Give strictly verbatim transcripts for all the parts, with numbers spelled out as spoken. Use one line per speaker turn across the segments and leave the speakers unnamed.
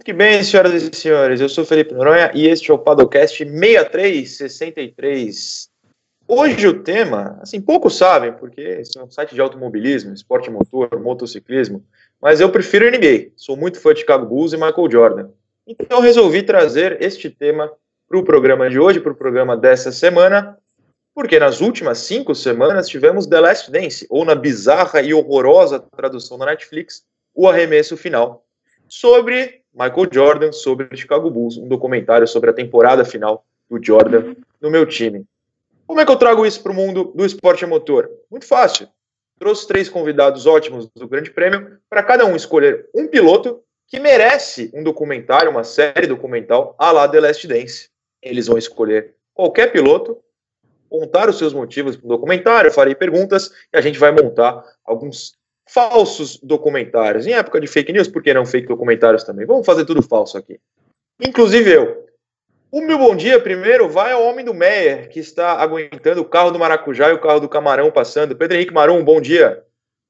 Fique bem, senhoras e senhores, eu sou Felipe Noronha e este é o Padocast sessenta e três sessenta e três. Hoje o tema, assim, poucos sabem, porque esse é um site de automobilismo, esporte motor, motociclismo, mas eu prefiro N B A, sou muito fã de Chicago Bulls e Michael Jordan. Então resolvi trazer este tema para o programa de hoje, para o programa dessa semana, porque nas últimas cinco semanas tivemos The Last Dance, ou na bizarra e horrorosa tradução da Netflix, o arremesso final, sobre Michael Jordan, sobre Chicago Bulls, um documentário sobre a temporada final do Jordan no meu time. Como é que eu trago isso para o mundo do esporte a motor? Muito fácil. Trouxe três convidados ótimos do Grande Prêmio, para cada um escolher um piloto que merece um documentário, uma série documental, à la The Last Dance. Eles vão escolher qualquer piloto, contar os seus motivos para o documentário, farei perguntas e a gente vai montar alguns falsos documentários. Em época de fake news, por que não fake documentários também? Vamos fazer tudo falso aqui. Inclusive eu. O meu bom dia primeiro vai ao homem do Meyer, que está aguentando o carro do Maracujá e o carro do Camarão passando. Pedro Henrique Marum, bom dia.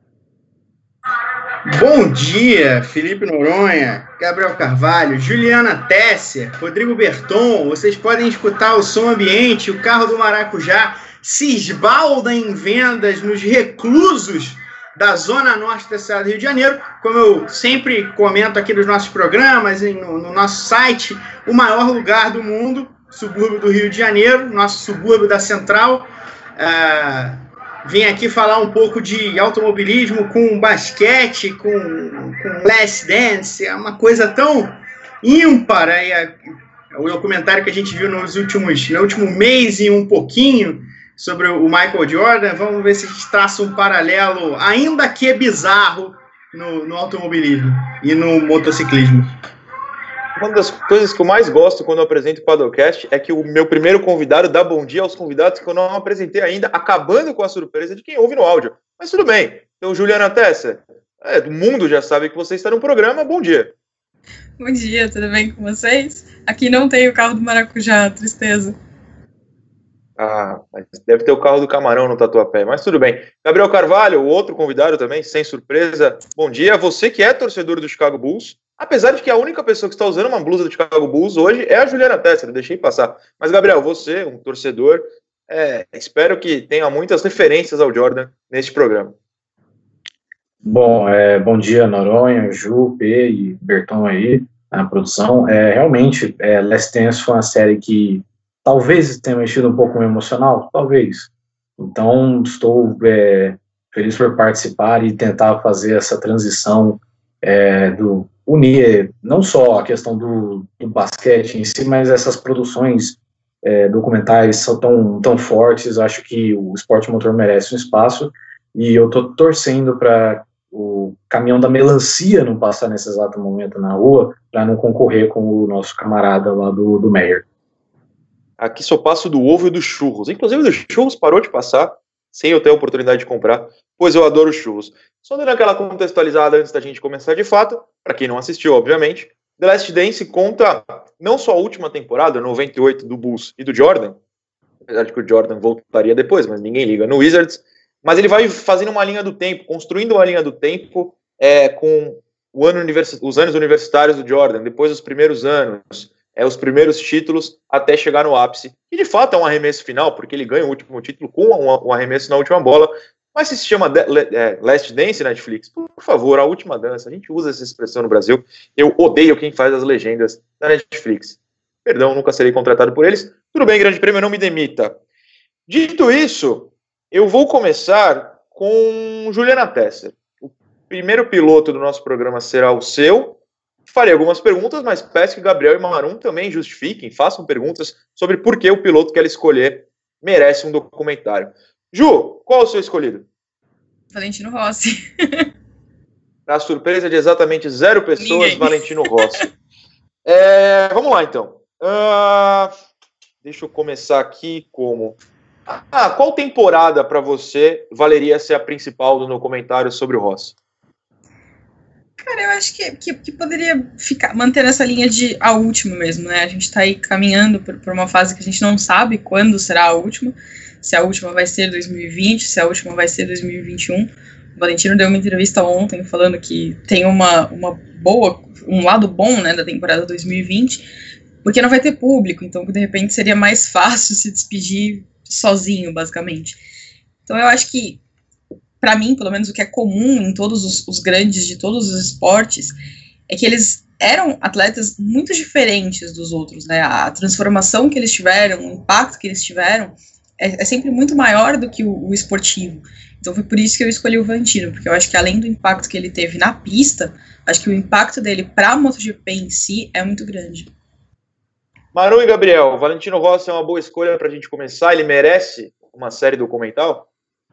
Bom dia, Felipe Noronha, Gabriel Carvalho, Juliana Tessia, Rodrigo Berton. Vocês podem escutar o som ambiente, o carro do Maracujá se esbalda em vendas nos reclusos da Zona Norte da cidade do Rio de Janeiro. Como eu sempre comento aqui nos nossos programas e no, no nosso site, o maior lugar do mundo, subúrbio do Rio de Janeiro, nosso subúrbio da Central. Uh, vim aqui falar um pouco de automobilismo com basquete, com, com Last Dance, é uma coisa tão ímpar. Aí, a, o documentário que a gente viu nos últimos, no último mês e um pouquinho, sobre o Michael Jordan. Vamos ver se a gente traça um paralelo, ainda que bizarro, no, no automobilismo e no motociclismo.
Uma das coisas que eu mais gosto quando eu apresento o Padocast é que o meu primeiro convidado dá bom dia aos convidados que eu não apresentei ainda, acabando com a surpresa de quem ouve no áudio. Mas tudo bem. Então, Juliana Tessa, é, o mundo já sabe que você está no programa. Bom dia.
Bom dia, tudo bem com vocês? Aqui não tem o carro do Maracujá, tristeza.
Ah, mas deve ter o carro do Camarão no Tatuapé, mas tudo bem. Gabriel Carvalho, o outro convidado também, sem surpresa. Bom dia, você que é torcedor do Chicago Bulls, apesar de que a única pessoa que está usando uma blusa do Chicago Bulls hoje é a Juliana Tesser, deixei passar. Mas, Gabriel, você, um torcedor, é, espero que tenha muitas referências ao Jordan neste programa.
Bom, é, bom dia, Noronha, Ju, P e Berton aí, na produção. É, realmente, é, Last Dance foi uma série que talvez tenha mexido um pouco no emocional, talvez. Então, estou é, feliz por participar e tentar fazer essa transição é, do unir não só a questão do, do basquete em si, mas essas produções é, documentais são tão, tão fortes. Acho que o esporte motor merece um espaço e eu estou torcendo para o caminhão da melancia não passar nesse exato momento na rua, para não concorrer com o nosso camarada lá do, do Meyer.
Aqui só passo do ovo e dos churros. Inclusive, o churros parou de passar, sem eu ter a oportunidade de comprar, pois eu adoro churros. Só dando aquela contextualizada antes da gente começar de fato, para quem não assistiu, obviamente, The Last Dance conta não só a última temporada, noventa e oito, do Bulls e do Jordan, apesar de que o Jordan voltaria depois, mas ninguém liga no Wizards, mas ele vai fazendo uma linha do tempo, construindo uma linha do tempo é, com o ano universi- os anos universitários do Jordan, depois os primeiros anos, É, os primeiros títulos até chegar no ápice. E de fato é um arremesso final, porque ele ganha o último título com um, um arremesso na última bola. Mas se se chama de, é, Last Dance Netflix, por favor, a última dança. A gente usa essa expressão no Brasil. Eu odeio quem faz as legendas da Netflix. Perdão, nunca serei contratado por eles. Tudo bem, Grande Prêmio, não me demita. Dito isso, eu vou começar com Juliana Tesser. O primeiro piloto do nosso programa será o seu. Farei algumas perguntas, mas peço que Gabriel e Marum também justifiquem, façam perguntas sobre por que o piloto que ela escolher merece um documentário. Ju, qual é o seu escolhido?
Valentino Rossi.
Para surpresa de exatamente zero pessoas,
Ninguém.
Valentino Rossi. É, vamos lá, então. Uh, deixa eu começar aqui como... Ah, qual temporada para você valeria ser a principal do documentário sobre o Rossi?
Cara, eu acho que, que, que poderia ficar, manter essa linha de a última mesmo, né? A gente tá aí caminhando por, por uma fase que a gente não sabe quando será a última, se a última vai ser dois mil e vinte, se a última vai ser dois mil e vinte e um. O Valentino deu uma entrevista ontem falando que tem uma, uma boa, um lado bom, né, da temporada dois mil e vinte, porque não vai ter público, então de repente seria mais fácil se despedir sozinho, basicamente. Então eu acho que, para mim, pelo menos o que é comum em todos os, os grandes de todos os esportes, é que eles eram atletas muito diferentes dos outros, né? A transformação que eles tiveram, o impacto que eles tiveram, é, é sempre muito maior do que o, o esportivo. Então foi por isso que eu escolhi o Valentino, porque eu acho que além do impacto que ele teve na pista, acho que o impacto dele para a MotoGP em si é muito grande.
Maru e Gabriel, o Valentino Rossi é uma boa escolha para a gente começar? Ele merece uma série documental?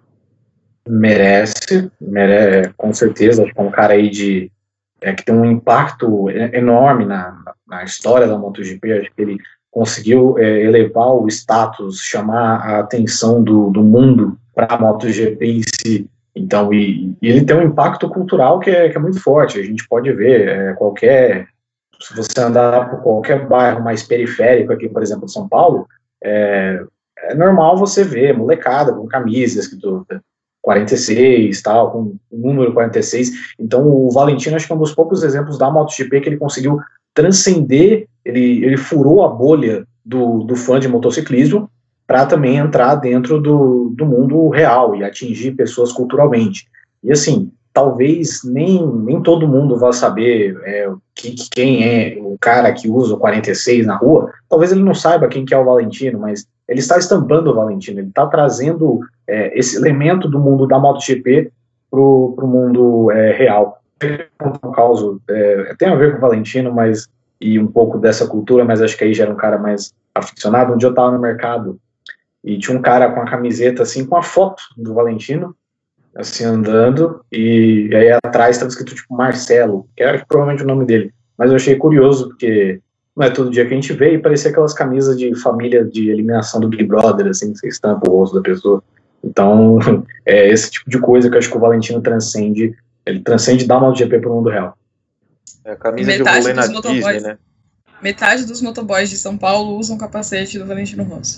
Merece, merece, com certeza. Acho que é um cara aí de, é, que tem um impacto enorme na, na história da MotoGP. Acho que ele conseguiu é, elevar o status, chamar a atenção do, do mundo para a MotoGP em si. Então, e, e ele tem um impacto cultural que é, que é muito forte. A gente pode ver é, qualquer... Se você andar por qualquer bairro mais periférico aqui, por exemplo, de São Paulo, é, é normal você ver molecada com camisas escrito quarenta e seis, tal, com o número quarenta e seis. Então, o Valentino acho que é um dos poucos exemplos da MotoGP que ele conseguiu transcender, ele, ele furou a bolha do, do fã de motociclismo para também entrar dentro do, do mundo real e atingir pessoas culturalmente. E assim, talvez nem, nem todo mundo vá saber é, que, quem é o cara que usa o quarenta e seis na rua. Talvez ele não saiba quem que é o Valentino, mas ele está estampando o Valentino, ele está trazendo é, esse elemento do mundo da MotoGP para o mundo é, real. Um caso, é, tem a ver com o Valentino, mas, e um pouco dessa cultura, mas acho que aí já era um cara mais aficionado. Um dia eu estava no mercado e tinha um cara com a camiseta assim, com a foto do Valentino, assim, andando, e aí atrás estava escrito, tipo, Marcelo, que era provavelmente o nome dele, mas eu achei curioso, porque não é todo dia que a gente vê, e parecia aquelas camisas de família de eliminação do Big Brother, assim, que você estampa o rosto da pessoa. Então, é esse tipo de coisa que eu acho que o Valentino transcende, ele transcende da MotoGP para o mundo real.
É a camisa metade de rolê na Disney, né?
Metade dos motoboys de São Paulo usam capacete do Valentino Rossi.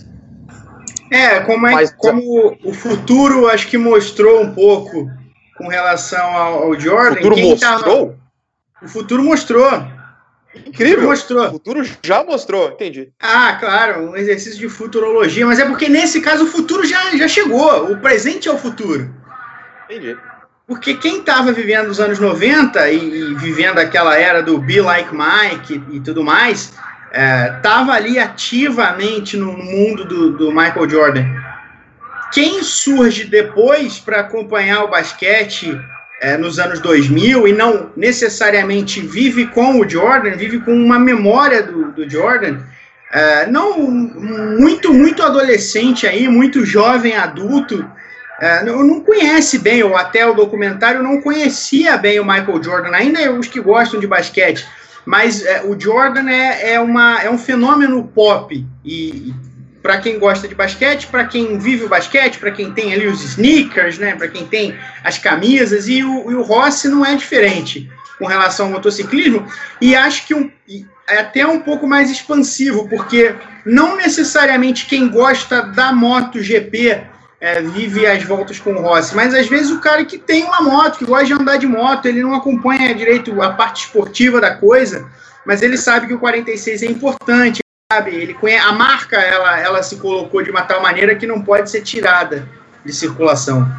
É, como, é, Mas, como o futuro acho que mostrou um pouco com relação ao, ao Jordan. O
futuro
quem
mostrou?
Tava... O futuro mostrou.
Incrível.
O futuro, mostrou.
o futuro já mostrou, entendi.
Ah, claro, um exercício de futurologia, mas é porque nesse caso o futuro já, já chegou, o presente é o futuro.
Entendi.
Porque quem estava vivendo os anos noventa e, e vivendo aquela era do Be Like Mike e, e tudo mais... estava é, ali ativamente no mundo do, do Michael Jordan. Quem surge depois para acompanhar o basquete é, nos anos dois mil e não necessariamente vive com o Jordan, vive com uma memória do, do Jordan, é, não muito, muito adolescente aí, muito jovem adulto, é, não, não conhece bem, ou até o documentário não conhecia bem o Michael Jordan, ainda os que gostam de basquete. Mas é, o Jordan é, é, uma, é um fenômeno pop, e, e para quem gosta de basquete, para quem vive o basquete, para quem tem ali os sneakers, né, para quem tem as camisas, e o, e o Rossi não é diferente com relação ao motociclismo, e acho que um, é até um pouco mais expansivo, porque não necessariamente quem gosta da MotoGP É, vive as voltas com o Rossi, mas às vezes o cara que tem uma moto, que gosta de andar de moto, ele não acompanha direito a parte esportiva da coisa, mas ele sabe que o quarenta e seis é importante, sabe? Ele conhece, a marca ela, ela se colocou de uma tal maneira que não pode ser tirada de circulação.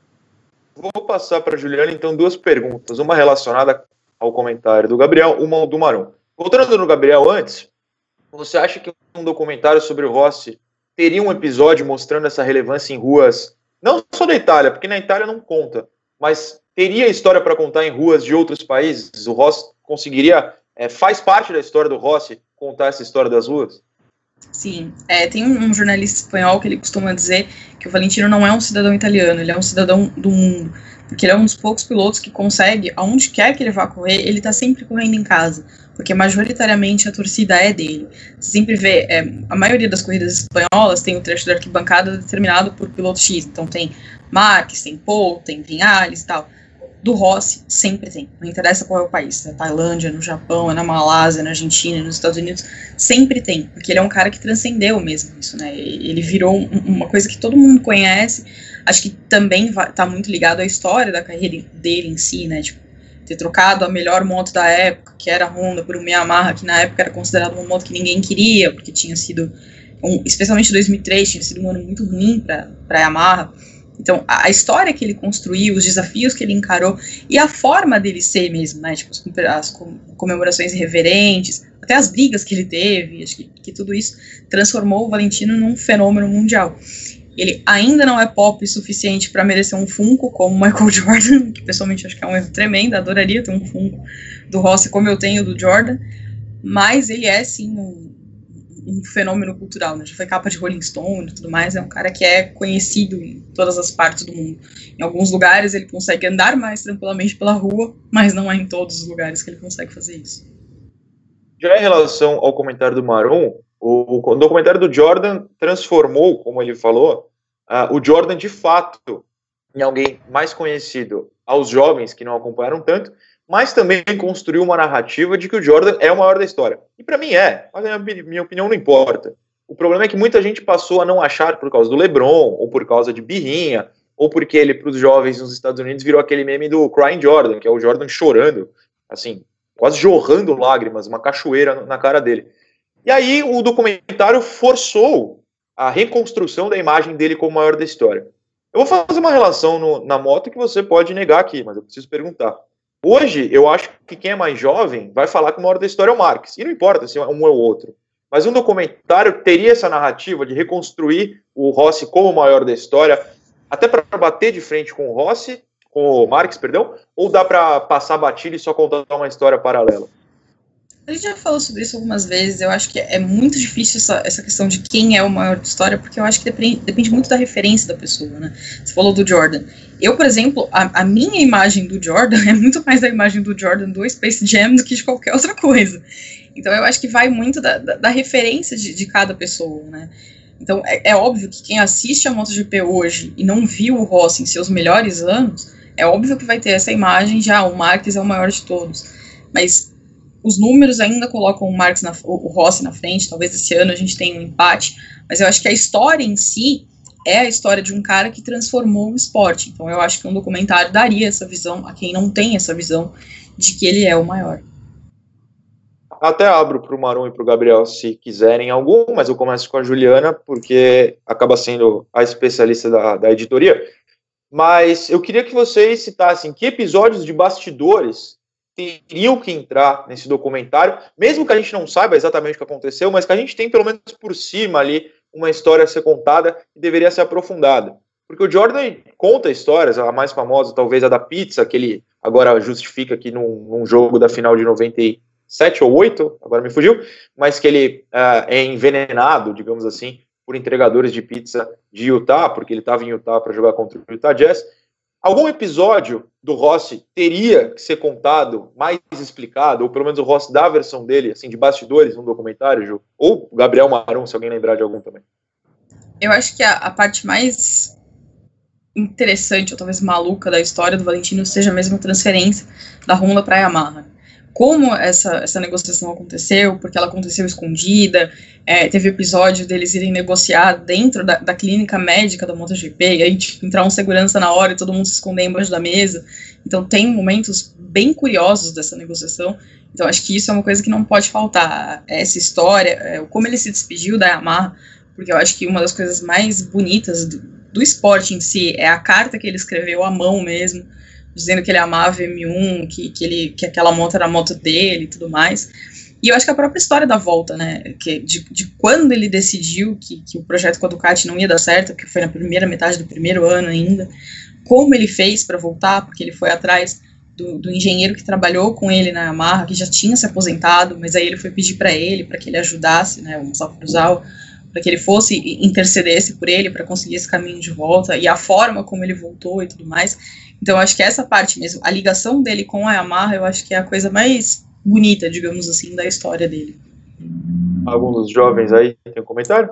Vou passar para a Juliana, então, duas perguntas, uma relacionada ao comentário do Gabriel, uma do Marum. Voltando no Gabriel antes, você acha que um documentário sobre o Rossi teria um episódio mostrando essa relevância em ruas, não só da Itália, porque na Itália não conta, mas teria história para contar em ruas de outros países? O Rossi conseguiria, é, faz parte da história do Rossi contar essa história das ruas?
Sim, é, tem um, um jornalista espanhol que ele costuma dizer que o Valentino não é um cidadão italiano, ele é um cidadão do mundo, porque ele é um dos poucos pilotos que consegue, aonde quer que ele vá correr, ele está sempre correndo em casa, porque majoritariamente a torcida é dele. Você sempre vê, é, a maioria das corridas espanholas tem o trecho da arquibancada determinado por piloto X, então tem Marques, tem Paul, tem Vinales e tal. Do Rossi, sempre tem, não interessa qual é o país, na Tailândia, no Japão, é na Malásia, na Argentina, nos Estados Unidos, sempre tem, porque ele é um cara que transcendeu mesmo isso, né, ele virou um, uma coisa que todo mundo conhece, acho que também está muito ligado à história da carreira dele em si, né, tipo, ter trocado a melhor moto da época, que era a Honda, por uma Yamaha, que na época era considerada uma moto que ninguém queria, porque tinha sido, um, especialmente dois mil e três, tinha sido um ano muito ruim para a Yamaha. Então, a, a história que ele construiu, os desafios que ele encarou, e a forma dele ser mesmo, né, tipo, as, as comemorações irreverentes, até as brigas que ele teve, acho que, que tudo isso transformou o Valentino num fenômeno mundial. Ele ainda não é pop o suficiente para merecer um Funko como o Michael Jordan, que pessoalmente acho que é um erro tremendo, adoraria ter um Funko do Rossi como eu tenho do Jordan, mas ele é sim um, um fenômeno cultural, né? Já foi capa de Rolling Stone e tudo mais, é um cara que é conhecido em todas as partes do mundo. Em alguns lugares ele consegue andar mais tranquilamente pela rua, mas não é em todos os lugares que ele consegue fazer isso.
Já em relação ao comentário do Maron, o, o documentário do Jordan transformou, como ele falou, uh, o Jordan de fato em alguém mais conhecido aos jovens que não acompanharam tanto, mas também construiu uma narrativa de que o Jordan é o maior da história. E para mim é, mas a minha, minha opinião não importa. O problema é que muita gente passou a não achar por causa do LeBron, ou por causa de birrinha, ou porque ele, para os jovens nos Estados Unidos, virou aquele meme do Crying Jordan, que é o Jordan chorando, assim, quase jorrando lágrimas, uma cachoeira na cara dele. E aí o documentário forçou a reconstrução da imagem dele como o maior da história. Eu vou fazer uma relação no, na moto que você pode negar aqui, mas eu preciso perguntar. Hoje, eu acho que quem é mais jovem vai falar que o maior da história é o Marques. E não importa se um é o outro. Mas um documentário teria essa narrativa de reconstruir o Rossi como o maior da história, até para bater de frente com o Rossi, com o Marques, perdão, ou dá para passar batida e só contar uma história paralela?
A gente já falou sobre isso algumas vezes, eu acho que é muito difícil essa, essa questão de quem é o maior da história, porque eu acho que depende, depende muito da referência da pessoa, né? Você falou do Jordan. Eu, por exemplo, a, a minha imagem do Jordan é muito mais a imagem do Jordan do Space Jam do que de qualquer outra coisa. Então eu acho que vai muito da, da, da referência de, de cada pessoa, né? Então é, é óbvio que quem assiste a MotoGP hoje e não viu o Rossi em seus melhores anos, é óbvio que vai ter essa imagem de, ah, o Marques é o maior de todos. Mas os números ainda colocam o, Marques na, o Rossi na frente, talvez esse ano a gente tenha um empate, mas eu acho que a história em si é a história de um cara que transformou o esporte. Então eu acho que um documentário daria essa visão a quem não tem essa visão de que ele é o maior.
Até abro para o Maron e para o Gabriel se quiserem algum, mas eu começo com a Juliana, porque acaba sendo a especialista da, da editoria. Mas eu queria que vocês citassem que episódios de bastidores teriam que entrar nesse documentário, mesmo que a gente não saiba exatamente o que aconteceu, mas que a gente tem pelo menos por cima ali uma história a ser contada e deveria ser aprofundada. Porque o Jordan conta histórias, a mais famosa talvez a da pizza, que ele agora justifica aqui num, num jogo da final de noventa e sete ou oito, agora me fugiu, mas que ele uh, é envenenado, digamos assim, por entregadores de pizza de Utah, porque ele estava em Utah para jogar contra o Utah Jazz. Algum episódio do Rossi teria que ser contado, mais explicado, ou pelo menos o Rossi dá a versão dele, assim, de bastidores, num documentário, Ju? Ou o Gabriel Maron, se alguém lembrar de algum também.
Eu acho que a, a parte mais interessante, ou talvez maluca da história do Valentino seja mesmo a transferência da Honda para a Yamaha. Como essa, essa negociação aconteceu, porque ela aconteceu escondida, é, teve episódio deles irem negociar dentro da, da clínica médica da MotoGP, e aí tipo, entrar um segurança na hora e todo mundo se esconder embaixo da mesa. Então tem momentos bem curiosos dessa negociação. Então acho que isso é uma coisa que não pode faltar. Essa história, é, como ele se despediu da Yamaha, porque eu acho que uma das coisas mais bonitas do, do esporte em si é a carta que ele escreveu à mão mesmo, dizendo que ele amava M um, que, que, ele, que aquela moto era a moto dele e tudo mais. E eu acho que a própria história da volta, né, que de, de quando ele decidiu que, que o projeto com a Ducati não ia dar certo, que foi na primeira metade do primeiro ano ainda, como ele fez para voltar, porque ele foi atrás do, do engenheiro que trabalhou com ele na Yamaha, que já tinha se aposentado, mas aí ele foi pedir para ele, para que ele ajudasse, né, o Musao Cruzal, para que ele fosse, intercedesse por ele, para conseguir esse caminho de volta, e a forma como ele voltou e tudo mais. Então, eu acho que essa parte mesmo, a ligação dele com a Yamaha, eu acho que é a coisa mais bonita, digamos assim, da história dele.
Algum dos jovens aí tem um comentário?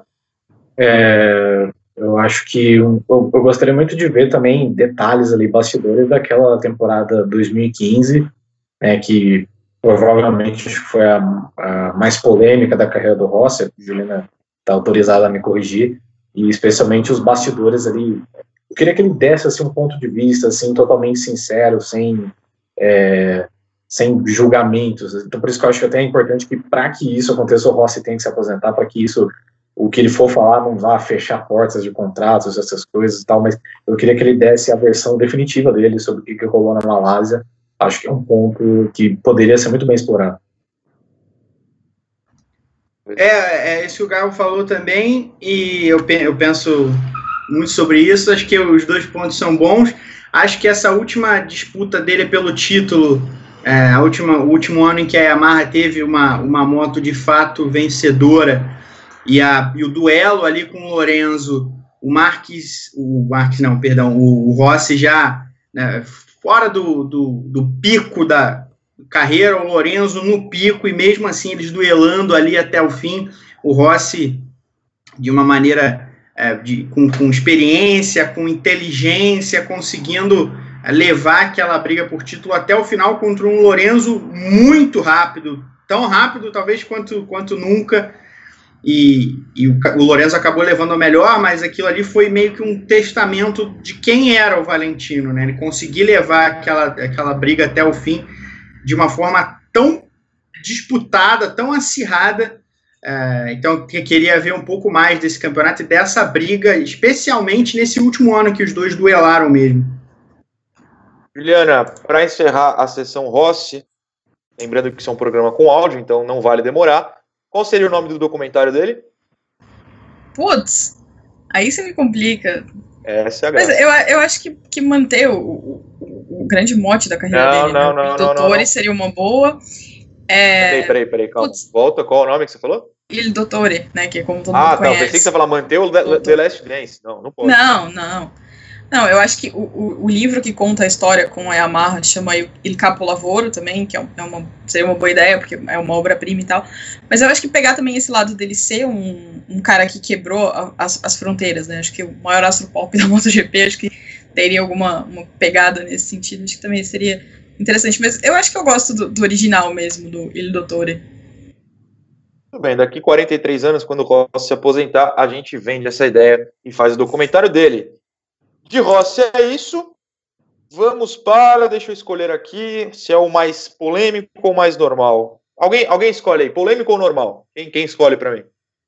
É, eu acho que eu, eu gostaria muito de ver também detalhes ali, bastidores daquela temporada dois mil e quinze, né, que provavelmente acho que foi a, a mais polêmica da carreira do Rossi. A Juliana está autorizada a me corrigir, e especialmente os bastidores ali. Eu queria que ele desse assim, um ponto de vista assim, totalmente sincero, sem é, sem julgamentos. Então, por isso que eu acho que até é importante que, para que isso aconteça, o Rossi tem que se aposentar, para que isso, o que ele for falar, não vá fechar portas de contratos, essas coisas e tal, mas eu queria que ele desse a versão definitiva dele sobre o que, que rolou na Malásia. Acho que é um ponto que poderia ser muito bem explorado.
É, é isso que o Gabo falou também, e eu, eu penso muito sobre isso. Acho que os dois pontos são bons. Acho que essa última disputa dele pelo título, é, a última, o último ano em que a Yamaha teve uma, uma moto de fato vencedora, e, a, e o duelo ali com o Lorenzo, o Marques, o Marques não, perdão, o, o Rossi já, né, fora do, do, do pico da carreira, o Lorenzo no pico, e mesmo assim eles duelando ali até o fim, o Rossi de uma maneira é, de, com, com experiência, com inteligência, conseguindo levar aquela briga por título até o final contra um Lorenzo muito rápido, tão rápido talvez quanto, quanto nunca, e, e o, o Lorenzo acabou levando a melhor, mas aquilo ali foi meio que um testamento de quem era o Valentino, né? Ele conseguiu levar aquela, aquela briga até o fim de uma forma tão disputada, tão acirrada. Uh, então, eu queria ver um pouco mais desse campeonato e dessa briga, especialmente nesse último ano que os dois duelaram mesmo.
Juliana, para encerrar a sessão Rossi, lembrando que isso é um programa com áudio, então não vale demorar, qual seria o nome do documentário dele?
Putz, aí você me complica.
Essa é a
Mas
graça.
eu, eu acho que, que manter o, o, o grande mote da carreira
não,
dele,
não,
né?
não,
O
não,
Dottore
não, não.
seria uma boa. É...
Peraí, peraí, peraí, calma.
Putz.
Volta, qual é o nome que você falou?
Il Dottore, né, que é como todo
Ah,
mundo
tá,
conhece.
eu pensei que você ia falar manter o The, The Last Dance. Não, não pode.
Não, não. Não, eu acho que o, o, o livro que conta a história com a Yamaha chama Il Capolavoro também, que é, é uma, seria uma boa ideia, porque é uma obra-prima e tal. Mas eu acho que pegar também esse lado dele ser um, um cara que quebrou a, as, as fronteiras, né? Acho que o maior astro pop da MotoGP, acho que teria alguma uma pegada nesse sentido. Acho que também seria interessante. Mas eu acho que eu gosto do, do original mesmo, do Il Dottore.
Tudo bem, daqui quarenta e três anos, quando o Rossi se aposentar, a gente vende essa ideia e faz o documentário dele. De Rossi é isso. Vamos para, deixa eu escolher aqui, se é o mais polêmico ou o mais normal. Alguém, alguém escolhe aí, polêmico ou normal? Quem, quem escolhe para mim?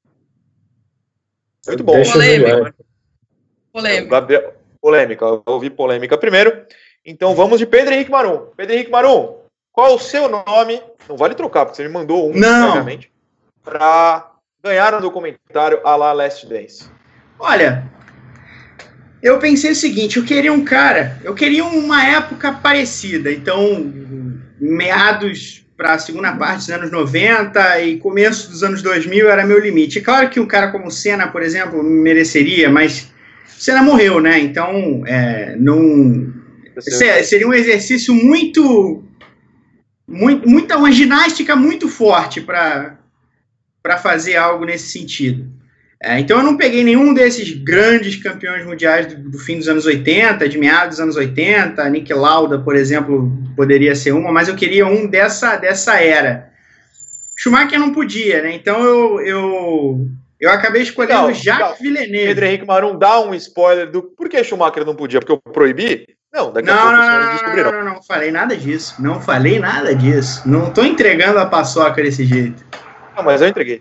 Muito bom.
Deixa
Polêmico.
Polêmico. Gabriel, polêmica, eu ouvi polêmica primeiro. Então vamos de Pedro Henrique Marum. Pedro Henrique Marum, qual o seu nome? Não vale trocar, porque você me mandou um, obviamente, para ganhar um documentário à la Last Dance.
Olha, eu pensei o seguinte, eu queria um cara, eu queria uma época parecida, então meados para a segunda parte dos anos noventa e começo dos anos dois mil era meu limite. É claro que um cara como o Senna, por exemplo, mereceria, mas o Senna morreu, né? Então, é, não seria um exercício muito, muito, muita, uma ginástica muito forte para para fazer algo nesse sentido. É, então eu não peguei nenhum desses grandes campeões mundiais do, do fim dos anos oitenta, de meados dos anos oitenta, Niki Lauda, por exemplo, poderia ser uma, mas eu queria um dessa, dessa era. Schumacher não podia, né? Então eu, eu, eu acabei escolhendo
não,
Jacques
não.
Villeneuve.
Pedro Henrique Marum, dá um spoiler do por que Schumacher não podia, porque eu proibi? Não, daqui
não,
a pouco
não,
os senhores
não,
descobrirão.
não, não, não, falei nada disso. Não falei nada disso. Não tô entregando a paçoca desse jeito.
Não, mas eu entreguei.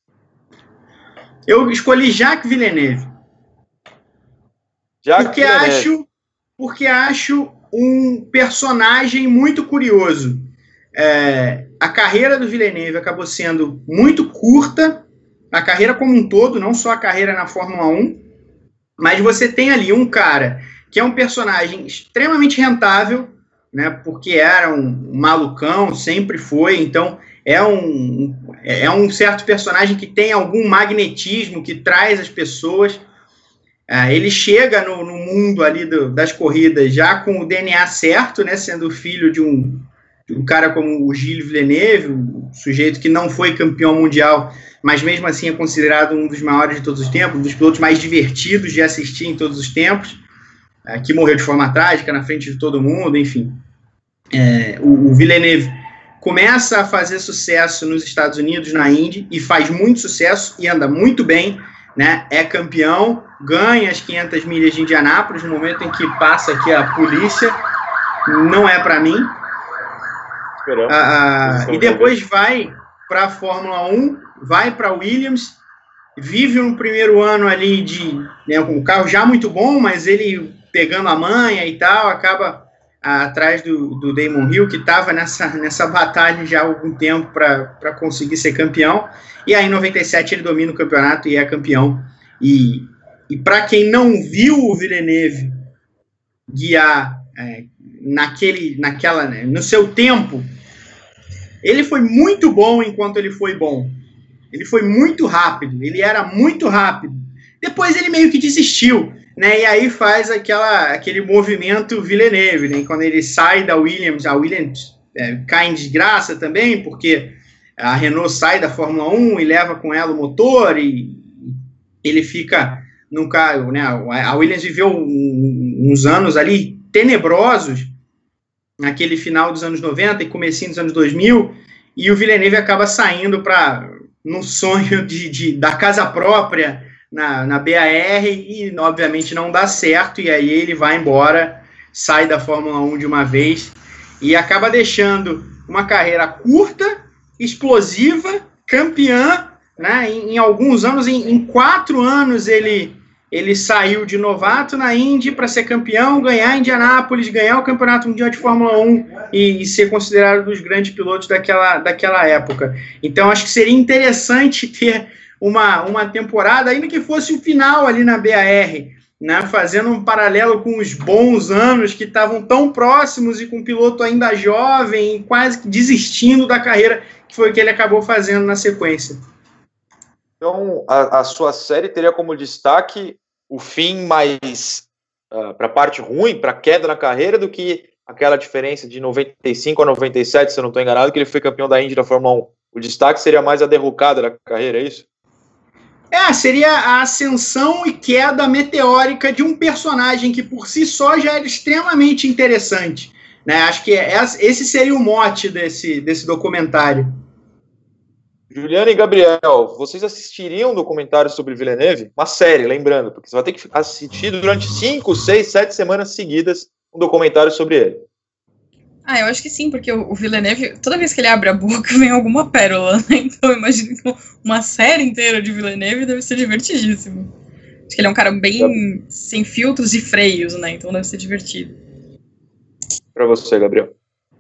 Eu escolhi Jacques Villeneuve.
Jacques
porque
Villeneuve.
acho, porque acho um personagem muito curioso. É, a carreira do Villeneuve acabou sendo muito curta, a carreira como um todo, não só a carreira na Fórmula um, mas você tem ali um cara que é um personagem extremamente rentável, né, porque era um malucão, sempre foi, então é um, é um certo personagem que tem algum magnetismo, que traz as pessoas. É, ele chega no, no mundo ali do, das corridas já com o D N A certo, né, sendo filho de um, de um cara como o Gilles Villeneuve, um sujeito que não foi campeão mundial, mas mesmo assim é considerado um dos maiores de todos os tempos, um dos pilotos mais divertidos de assistir em todos os tempos, é, que morreu de forma trágica na frente de todo mundo, enfim. É, o, o Villeneuve começa a fazer sucesso nos Estados Unidos, na Indy, e faz muito sucesso e anda muito bem, né? É campeão, ganha as quinhentas milhas de Indianápolis, no momento em que passa aqui a polícia, não é para mim, Ah, ah, e depois vai para a Fórmula um, vai para a Williams, vive um primeiro ano ali de, né, com um carro já muito bom, mas ele pegando a manha e tal, acaba ah, atrás do, do Damon Hill, que estava nessa, nessa batalha já há algum tempo para conseguir ser campeão, e aí em noventa e sete ele domina o campeonato e é campeão. E, e para quem não viu o Villeneuve guiar é, naquele, naquela, né, no seu tempo, ele foi muito bom enquanto ele foi bom. Ele foi muito rápido, ele era muito rápido. Depois ele meio que desistiu, né? E aí faz aquela, aquele movimento Villeneuve, né? Quando ele sai da Williams, a Williams é, cai em desgraça também, porque a Renault sai da Fórmula um e leva com ela o motor e ele fica no carro, né? A Williams viveu um, uns anos ali tenebrosos, naquele final dos anos noventa e comecinho dos anos dois mil, e o Villeneuve acaba saindo para num sonho de, de, da casa própria na, na B A R e obviamente não dá certo, e aí ele vai embora, sai da Fórmula um de uma vez e acaba deixando uma carreira curta, explosiva, campeã, né? Em, em alguns anos, em, em quatro anos ele, ele saiu de novato na Indy para ser campeão, ganhar Indianápolis, ganhar o Campeonato Mundial de Fórmula um e, e ser considerado um dos grandes pilotos daquela, daquela época. Então acho que seria interessante ter uma, uma temporada, ainda que fosse o final ali na B A R, né, fazendo um paralelo com os bons anos que estavam tão próximos e com um piloto ainda jovem, quase que desistindo da carreira, que foi o que ele acabou fazendo na sequência.
Então, a, a sua série teria como destaque o fim mais uh, para a parte ruim, para a queda na carreira, do que aquela diferença de noventa e cinco a noventa e sete, se eu não estou enganado, que ele foi campeão da Indy da Fórmula um. O destaque seria mais a derrocada da carreira, é isso?
É, seria a ascensão e queda meteórica de um personagem que por si só já era extremamente interessante, né? Acho que é, esse seria o mote desse, desse documentário.
Juliana e Gabriel, vocês assistiriam um documentário sobre Villeneuve? Uma série, lembrando, porque você vai ter que assistir durante cinco, seis, sete semanas seguidas um documentário sobre ele.
Ah, eu acho que sim, porque o Villeneuve, toda vez que ele abre a boca, vem alguma pérola, né? Então eu imagino que uma série inteira de Villeneuve deve ser divertidíssimo. Acho que ele é um cara bem tá. sem filtros e freios, né? Então deve ser divertido.
Para você, Gabriel.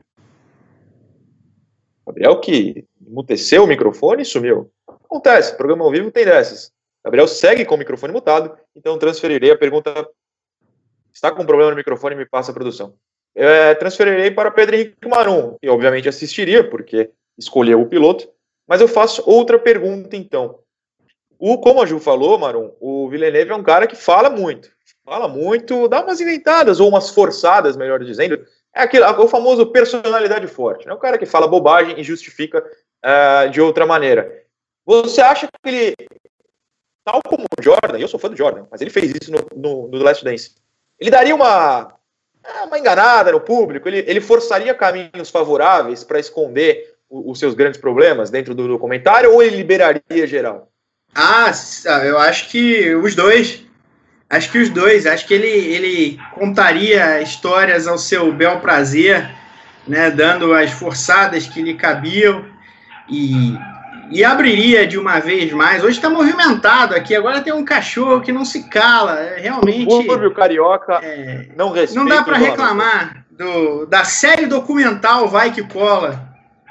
Gabriel que emuteceu o microfone e sumiu. Acontece, programa ao vivo tem dessas. Gabriel segue com o microfone mutado, então transferirei a pergunta. Está com problema no microfone, me passa a produção. É, transferirei para Pedro Henrique Marum, que obviamente assistiria, porque escolheu o piloto, mas eu faço outra pergunta então. O, como a Ju falou, Marum, o Villeneuve é um cara que fala muito, fala muito, dá umas inventadas, ou umas forçadas, melhor dizendo, é aquele, o famoso personalidade forte, né? O cara que fala bobagem e justifica uh, de outra maneira. Você acha que ele, tal como o Jordan, e eu sou fã do Jordan, mas ele fez isso no, no, no The Last Dance, ele daria uma... uma enganada no público, ele, ele forçaria caminhos favoráveis para esconder o, os seus grandes problemas dentro do documentário, ou ele liberaria geral?
Ah, eu acho que os dois. Acho que os dois. Acho que ele, ele contaria histórias ao seu bel prazer, né, dando as forçadas que lhe cabiam e, e abriria de uma vez mais. Hoje está movimentado aqui, agora tem um cachorro que não se cala, realmente...
O público carioca
é,
não respeita.
Não dá para reclamar do, da série documental Vai Que Cola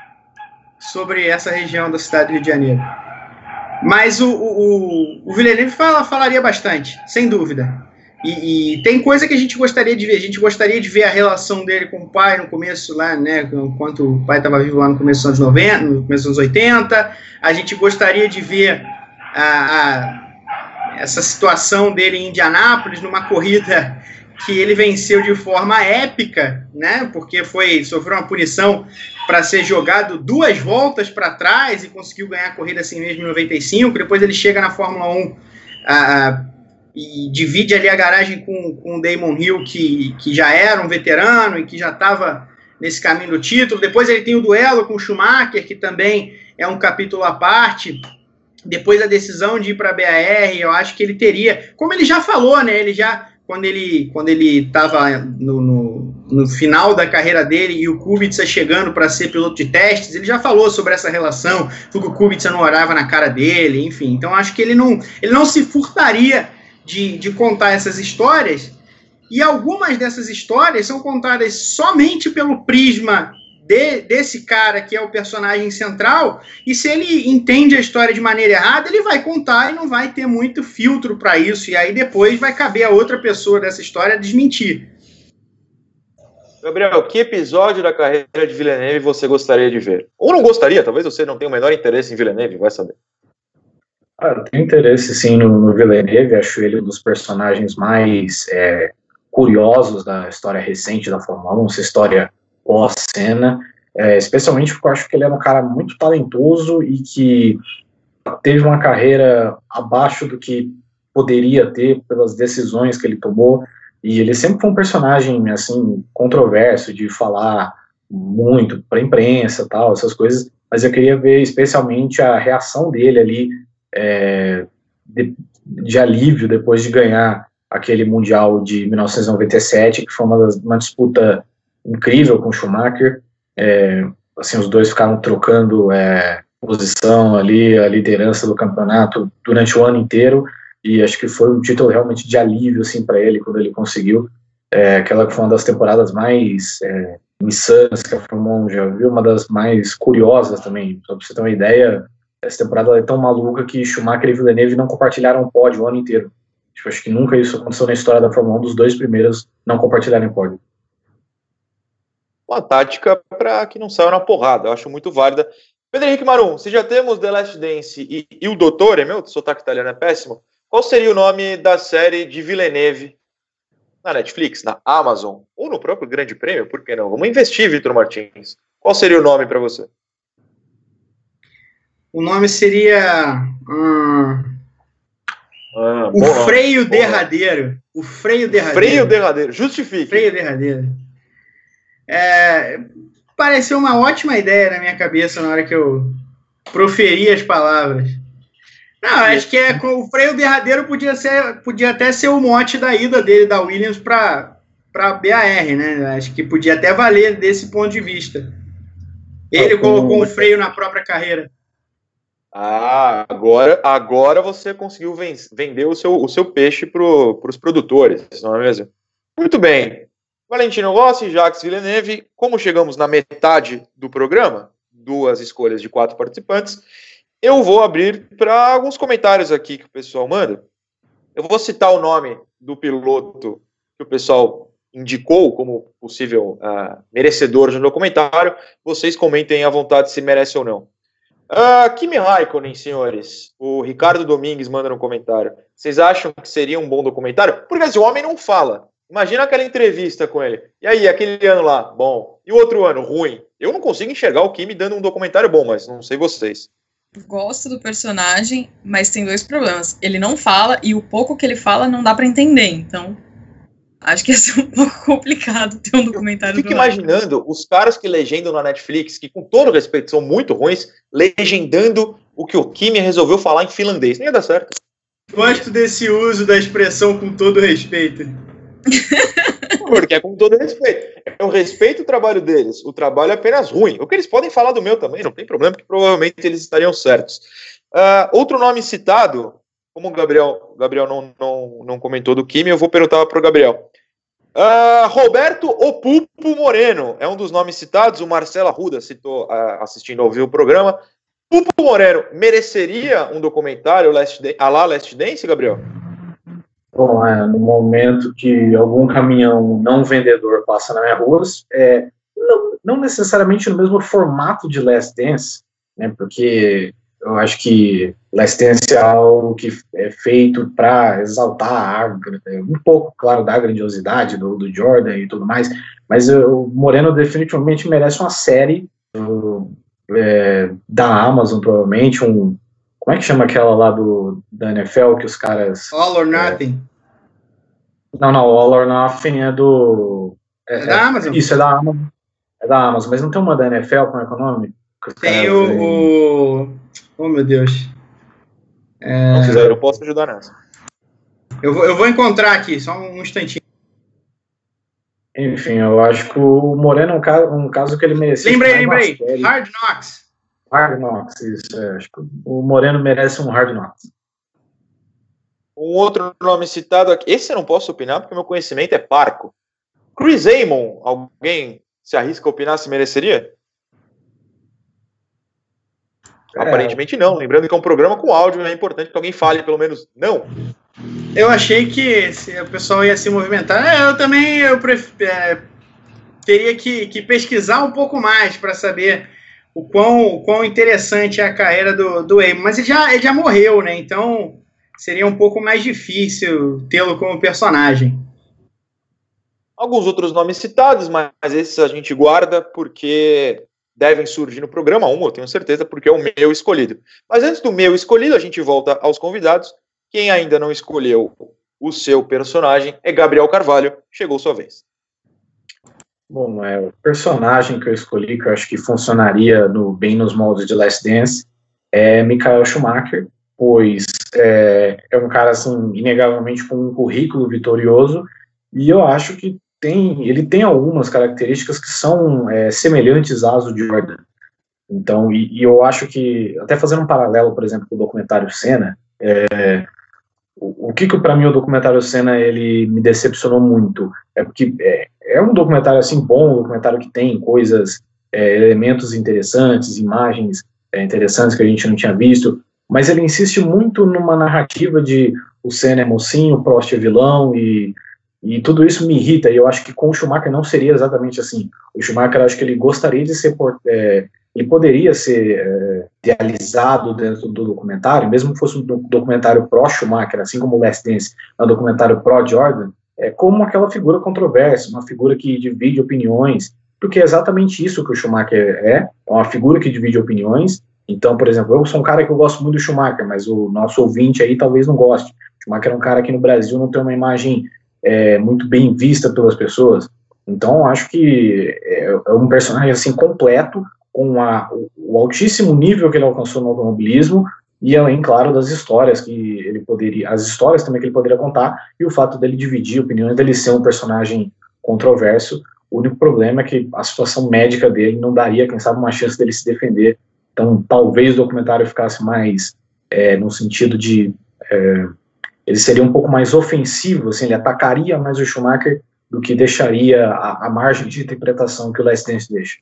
sobre essa região da cidade do Rio de Janeiro. Mas o, o, o Villeneuve fala, falaria bastante, sem dúvida. E, e tem coisa que a gente gostaria de ver. A gente gostaria de ver a relação dele com o pai no começo, lá, né? Enquanto o pai estava vivo lá no começo dos anos noventa, no começo dos anos oitenta. A gente gostaria de ver a, a, essa situação dele em Indianápolis, numa corrida que ele venceu de forma épica, né? Porque foi, sofreu uma punição para ser jogado duas voltas para trás e conseguiu ganhar a corrida assim mesmo em noventa e cinco. Depois ele chega na Fórmula um a, e divide ali a garagem com, com o Damon Hill, que, que já era um veterano e que já estava nesse caminho do título. Depois ele tem o duelo com o Schumacher, que também é um capítulo à parte. Depois a decisão de ir para a B A R, eu acho que ele teria, como ele já falou, né? Ele já, quando ele quando ele estava no, no, no final da carreira dele e o Kubica chegando para ser piloto de testes, ele já falou sobre essa relação, que o Kubica não olhava na cara dele, enfim. Então acho que ele não, ele não se furtaria de, de contar essas histórias, e algumas dessas histórias são contadas somente pelo prisma de, desse cara que é o personagem central, e se ele entende a história de maneira errada, ele vai contar e não vai ter muito filtro para isso, e aí depois vai caber a outra pessoa dessa história desmentir.
Gabriel, que episódio da carreira de Villeneuve você gostaria de ver? Ou não gostaria, talvez você não tenha o menor interesse em Villeneuve, vai saber.
Ah, eu tenho interesse sim no, no Villeneuve, acho ele um dos personagens mais é, curiosos da história recente da Fórmula um, essa história pós-cena, é, especialmente porque eu acho que ele é um cara muito talentoso e que teve uma carreira abaixo do que poderia ter pelas decisões que ele tomou, e ele sempre foi um personagem assim controverso, de falar muito para a imprensa, tal, essas coisas, mas eu queria ver especialmente a reação dele ali, é, de, de alívio depois de ganhar aquele Mundial de mil novecentos e noventa e sete, que foi uma, das, uma disputa incrível com o Schumacher. É, assim, os dois ficaram trocando é, posição ali, a liderança do campeonato durante o ano inteiro, e acho que foi um título realmente de alívio assim, para ele quando ele conseguiu. É, aquela que foi uma das temporadas mais é, insanas que a Fórmula um já viu, uma das mais curiosas também. Só para você ter uma ideia, essa temporada é tão maluca que Schumacher e Villeneuve não compartilharam um pódio o ano inteiro. Tipo, acho que nunca isso aconteceu na história da Fórmula um, dos dois primeiros não compartilharem pódio.
Uma tática para que não saia na porrada, eu acho muito válida. Pedro Henrique Marum, se já temos The Last Dance e, e o Dottore, meu sotaque italiano é péssimo, qual seria o nome da série de Villeneuve na Netflix, na Amazon, ou no próprio Grande Prêmio, por que não? Vamos investir, Vitor Martins. Qual seria o nome para você?
O nome seria... Hum,
ah,
o freio nome. derradeiro. O freio derradeiro.
Freio derradeiro, justifique.
Freio derradeiro. É, pareceu uma ótima ideia na minha cabeça na hora que eu proferi as palavras. Não, acho que é, o freio derradeiro podia, ser, podia até ser o mote da ida dele, da Williams, para a B A R, né? Acho que podia até valer desse ponto de vista. Ele colocou um freio na própria carreira.
Ah, agora, agora você conseguiu vender o seu, o seu peixe para os produtores, não é mesmo? Muito bem. Valentino Rossi, Jacques Villeneuve, como chegamos na metade do programa, duas escolhas de quatro participantes, eu vou abrir para alguns comentários aqui que o pessoal manda. Eu vou citar o nome do piloto que o pessoal indicou como possível uh, merecedor de um documentário. Vocês comentem à vontade se merece ou não. Uh, Kimi Raikkonen, senhores. O Ricardo Domingues manda no comentário. Vocês acham que seria um bom documentário? Porque esse homem não fala. Imagina aquela entrevista com ele. E aí, aquele ano lá, bom. E o outro ano, ruim. Eu não consigo enxergar o Kimi dando um documentário bom, mas não sei vocês.
Gosto do personagem, mas tem dois problemas. Ele não fala, e o pouco que ele fala não dá pra entender. Então, acho que ia ser um pouco complicado ter um documentário.
Eu fico imaginando os caras que legendam na Netflix, que com todo respeito são muito ruins, legendando o que o Kimi resolveu falar em finlandês. Nem ia dar certo.
Gosto desse uso da expressão com todo respeito.
Porque é com todo respeito. Eu respeito o trabalho deles. O trabalho é apenas ruim. O que eles podem falar do meu também, não tem problema, porque provavelmente eles estariam certos. Uh, outro nome citado, como o Gabriel, Gabriel não, não, não comentou do Kimi, eu vou perguntar para o Gabriel. Uh, Roberto O Pulpo Moreno é um dos nomes citados. O Marcelo Arruda citou uh, assistindo ao vivo o programa. Pulpo Moreno mereceria um documentário Last Dance, a lá Last Dance, Gabriel?
Bom, é, no momento que algum caminhão não vendedor passa na minha rua, é, não, não necessariamente no mesmo formato de Last Dance, né, porque eu acho que Last Dance é algo que é feito para exaltar a, um pouco, claro, da grandiosidade do, do Jordan e tudo mais, mas o Moreno definitivamente merece uma série do, é, da Amazon, provavelmente, um... Como é que chama aquela lá do, da N F L que os caras...
All or Nothing.
É, não, não, All or Nothing é do...
É, é da Amazon?
Isso, é da Amazon. É da Amazon, mas não tem uma da N F L, como é que é o nome?
Tem o,
veem...
o... Oh, meu Deus.
É... Não fizeram, eu posso ajudar nessa.
Eu vou, eu vou encontrar aqui, só um instantinho.
Enfim, eu acho que o Moreno é um caso, um caso que ele merecia.
Lembrei, lembrei. Hard Knocks.
Hard Knocks, isso. É, acho que o Moreno merece um Hard Knocks.
Um outro nome citado aqui, esse eu não posso opinar porque meu conhecimento é parco. Chris Amon, alguém se arrisca a opinar se mereceria? É. Aparentemente não, lembrando que é um programa com áudio, é importante que alguém fale pelo menos não.
Eu achei que o pessoal ia se movimentar. É, eu também eu pref... é, teria que, que pesquisar um pouco mais para saber o quão, o quão interessante é a carreira do, do Amon. Mas ele já, ele já morreu, né? Então seria um pouco mais difícil tê-lo como personagem.
Alguns outros nomes citados, mas esses a gente guarda porque devem surgir no programa. Um, eu tenho certeza, porque é o meu escolhido. Mas antes do meu escolhido, a gente volta aos convidados. Quem ainda não escolheu o seu personagem é Gabriel Carvalho. Chegou sua vez.
Bom, é, o personagem que eu escolhi, que eu acho que funcionaria no, bem nos moldes de Last Dance, é Michael Schumacher, pois é, é um cara, assim, inegavelmente com um currículo vitorioso, e eu acho que tem, ele tem algumas características que são é, semelhantes às do Jordan. Então, e, e eu acho que, até fazendo um paralelo, por exemplo, com o documentário Senna, é, o, o que que para mim o documentário Senna ele me decepcionou muito é porque é, é um documentário assim bom, um documentário que tem coisas, é, elementos interessantes, imagens é, interessantes que a gente não tinha visto, mas ele insiste muito numa narrativa de o Senna é mocinho, o Prost é vilão, e, e tudo isso me irrita, e eu acho que com o Schumacher não seria exatamente assim. O Schumacher, eu acho que ele gostaria de ser, é, ele poderia ser é, idealizado dentro do documentário, mesmo que fosse um documentário pró-Schumacher, assim como o Last Dance é um documentário pró-Jordan, é como aquela figura controversa, uma figura que divide opiniões, porque é exatamente isso que o Schumacher é, é uma figura que divide opiniões. Então, por exemplo, eu sou um cara que eu gosto muito do Schumacher, mas o nosso ouvinte aí talvez não goste. O Schumacher é um cara que no Brasil não tem uma imagem é, muito bem vista pelas pessoas. Então, acho que é, é um personagem assim completo, com a, o altíssimo nível que ele alcançou no automobilismo, e além, claro, das histórias que ele poderia, as histórias também que ele poderia contar, e o fato dele dividir opiniões, dele ser um personagem controverso. O único problema é que a situação médica dele não daria, quem sabe, uma chance dele se defender. Então, talvez o documentário ficasse mais é, no sentido de é, ele seria um pouco mais ofensivo, assim, ele atacaria mais o Schumacher do que deixaria a, a margem de interpretação que o Last Dance deixa.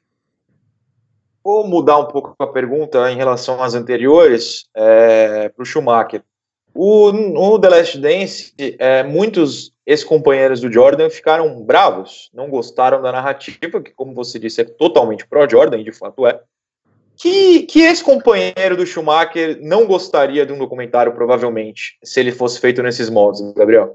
Vou mudar um pouco a pergunta em relação às anteriores é, para o Schumacher. O, no The Last Dance, é, muitos ex-companheiros do Jordan ficaram bravos, não gostaram da narrativa, que, como você disse, é totalmente pró-Jordan, e de fato é. Que, que ex-companheiro do Schumacher não gostaria de um documentário, provavelmente, se ele fosse feito nesses moldes, Gabriel?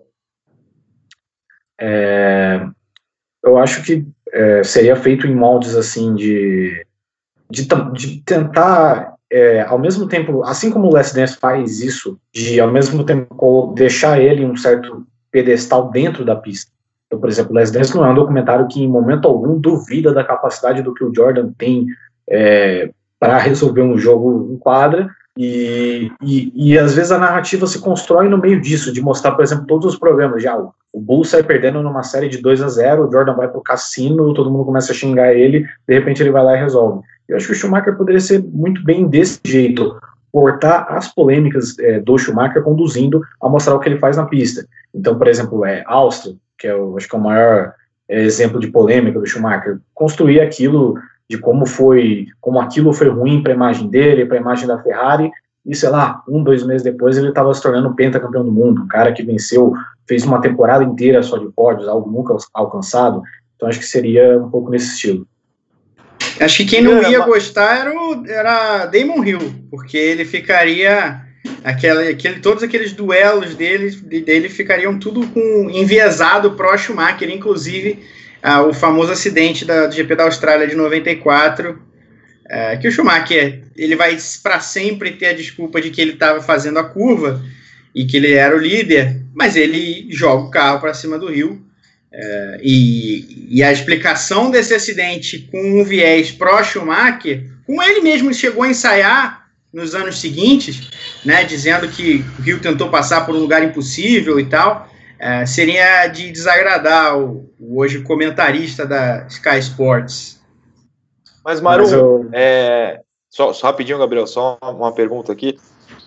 É, eu acho que é, seria feito em moldes assim de... De, de tentar, é, ao mesmo tempo, assim como o Last Dance faz isso, de ao mesmo tempo deixar ele em um certo pedestal dentro da pista. Então, por exemplo, o Last Dance não é um documentário que em momento algum duvida da capacidade do que o Jordan tem é, para resolver um jogo em quadra, e, e, e às vezes a narrativa se constrói no meio disso, de mostrar, por exemplo, todos os problemas. Já o, o Bulls sai perdendo numa série de dois a zero, o Jordan vai pro cassino, todo mundo começa a xingar ele, de repente ele vai lá e resolve. Eu acho que o Schumacher poderia ser muito bem desse jeito, portar as polêmicas é, do Schumacher conduzindo a mostrar o que ele faz na pista. Então, por exemplo, é, Austin, que é o, acho que é o maior é, exemplo de polêmica do Schumacher, construir aquilo de como foi, como aquilo foi ruim para a imagem dele, para a imagem da Ferrari, e sei lá, um, dois meses depois ele estava se tornando pentacampeão do mundo, um cara que venceu, fez uma temporada inteira só de pódios, algo nunca alcançado. Então acho que seria um pouco nesse estilo.
Acho que quem não ia gostar era, o, era Damon Hill, porque ele ficaria aquela, aquele, todos aqueles duelos dele, dele ficariam tudo com enviesado pró Schumacher, inclusive ah, o famoso acidente da, do G P da Austrália de noventa e quatro, ah, que o Schumacher ele vai para sempre ter a desculpa de que ele estava fazendo a curva e que ele era o líder, mas ele joga o carro para cima do Hill. Uh, e, e a explicação desse acidente com um viés pró-Schumacher, como ele mesmo chegou a ensaiar nos anos seguintes, né, dizendo que o Hill tentou passar por um lugar impossível e tal, é, seria de desagradar o, o hoje comentarista da Sky Sports.
Mas, Maru,
Mas eu...
é, só, só rapidinho, Gabriel, só uma pergunta aqui.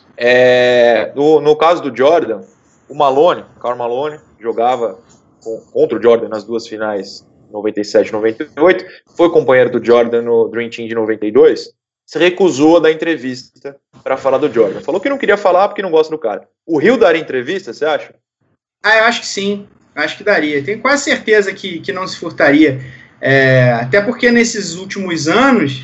É, no, no caso do Jordan, o Malone, o Karl Malone, jogava com, contra o Jordan nas duas finais, noventa e sete e noventa e oito, foi companheiro do Jordan no Dream Team de noventa e dois, se recusou a dar entrevista para falar do Jordan. Falou que não queria falar porque não gosta do cara. O Rio daria entrevista, você acha?
Ah, eu acho que sim, acho que daria. Tenho quase certeza que, que não se furtaria. É, até porque nesses últimos anos,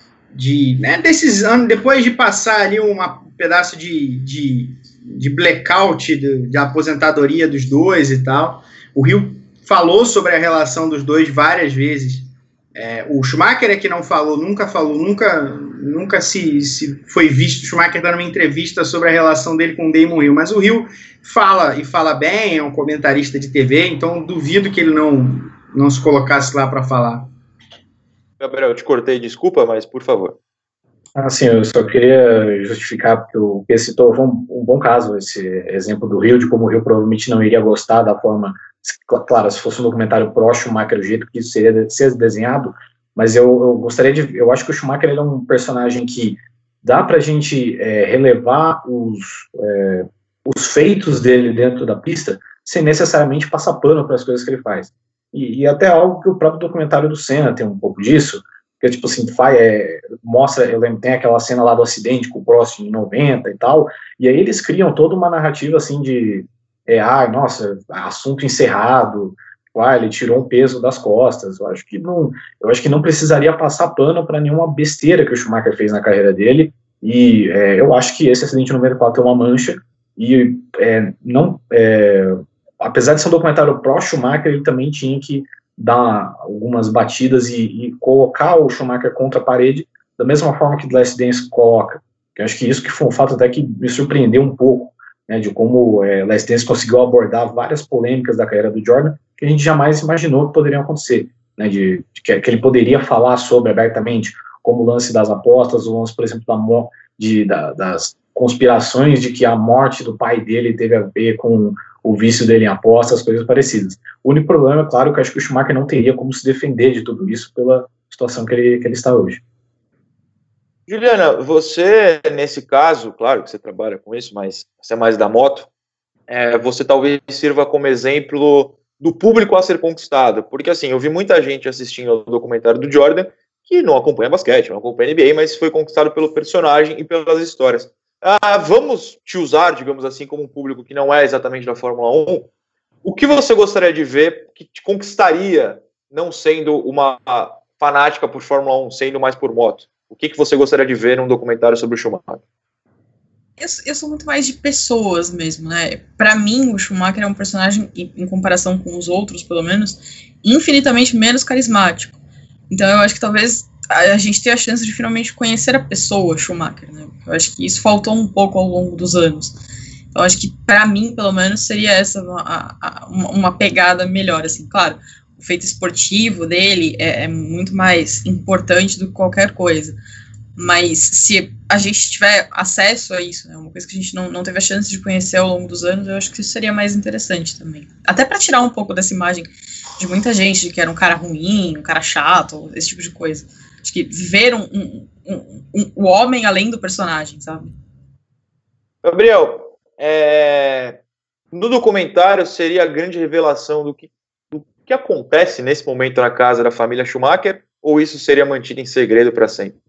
de, né, desses anos, depois de passar ali um pedaço de, de, de blackout de, de aposentadoria dos dois e tal, o Rio falou sobre a relação dos dois várias vezes. É, o Schumacher é que não falou, nunca falou, nunca, nunca se, se foi visto o Schumacher dando uma entrevista sobre a relação dele com o Damon Hill, mas o Hill fala, e fala bem, é um comentarista de T V, então duvido que ele não, não se colocasse lá para falar.
Gabriel, eu te cortei, desculpa, mas por favor.
Assim, eu só queria justificar, porque o P citou um, um bom caso, esse exemplo do Rio, de como o Rio provavelmente não iria gostar da forma, claro, se fosse um documentário pró-Schumacher, o jeito que isso seria de ser desenhado, mas eu, eu gostaria de, eu acho que o Schumacher ele é um personagem que dá pra gente é, relevar os, é, os feitos dele dentro da pista, sem necessariamente passar pano para as coisas que ele faz. E, e até algo que o próprio documentário do Senna tem um pouco disso, que tipo assim, faz, é, mostra, eu lembro, tem aquela cena lá do acidente com o Prost em noventa e tal, e aí eles criam toda uma narrativa assim de, é, ah, nossa, assunto encerrado, ah, ele tirou um peso das costas. Eu acho que não, eu acho que não precisaria passar pano para nenhuma besteira que o Schumacher fez na carreira dele, e é, eu acho que esse acidente de noventa e quatro é uma mancha, e é, não, é, apesar de ser um documentário pró-Schumacher, ele também tinha que dar algumas batidas e, e colocar o Schumacher contra a parede, da mesma forma que The Last Dance coloca. Eu acho que isso que foi um fato até que me surpreendeu um pouco, né, de como é, Last Dance conseguiu abordar várias polêmicas da carreira do Jordan que a gente jamais imaginou que poderiam acontecer, né, de, de que, que ele poderia falar sobre abertamente, como o lance das apostas, o lance, por exemplo, da, de, da, das conspirações de que a morte do pai dele teve a ver com o vício dele em apostas, coisas parecidas. O único problema, é claro, que eu acho que o Schumacher não teria como se defender de tudo isso pela situação que ele, que ele está hoje.
Juliana, você, nesse caso, claro que você trabalha com isso, mas você é mais da moto, é, você talvez sirva como exemplo do público a ser conquistado, porque assim, eu vi muita gente assistindo ao documentário do Jordan que não acompanha basquete, não acompanha N B A, mas foi conquistado pelo personagem e pelas histórias. Ah, vamos te usar, digamos assim, como um público que não é exatamente da Fórmula um. O que você gostaria de ver que te conquistaria, não sendo uma fanática por Fórmula um, sendo mais por moto? O que, que você gostaria de ver num documentário sobre o Schumacher?
Eu, eu sou muito mais de pessoas mesmo, né? Pra mim, o Schumacher é um personagem, em, em comparação com os outros, pelo menos, infinitamente menos carismático. Então eu acho que talvez a gente tenha a chance de finalmente conhecer a pessoa Schumacher, né? Eu acho que isso faltou um pouco ao longo dos anos. Então, eu acho que, para mim, pelo menos, seria essa uma, uma, uma pegada melhor, assim, claro, o feito esportivo dele é, é muito mais importante do que qualquer coisa, mas se a gente tiver acesso a isso, né, uma coisa que a gente não, não teve a chance de conhecer ao longo dos anos, eu acho que isso seria mais interessante também. Até para tirar um pouco dessa imagem de muita gente, de que era um cara ruim, um cara chato, esse tipo de coisa. Acho que ver um, um, um, um, um homem além do personagem, sabe?
Gabriel, é, no documentário seria a grande revelação do que, do que acontece nesse momento na casa da família Schumacher, ou isso seria mantido em segredo para sempre?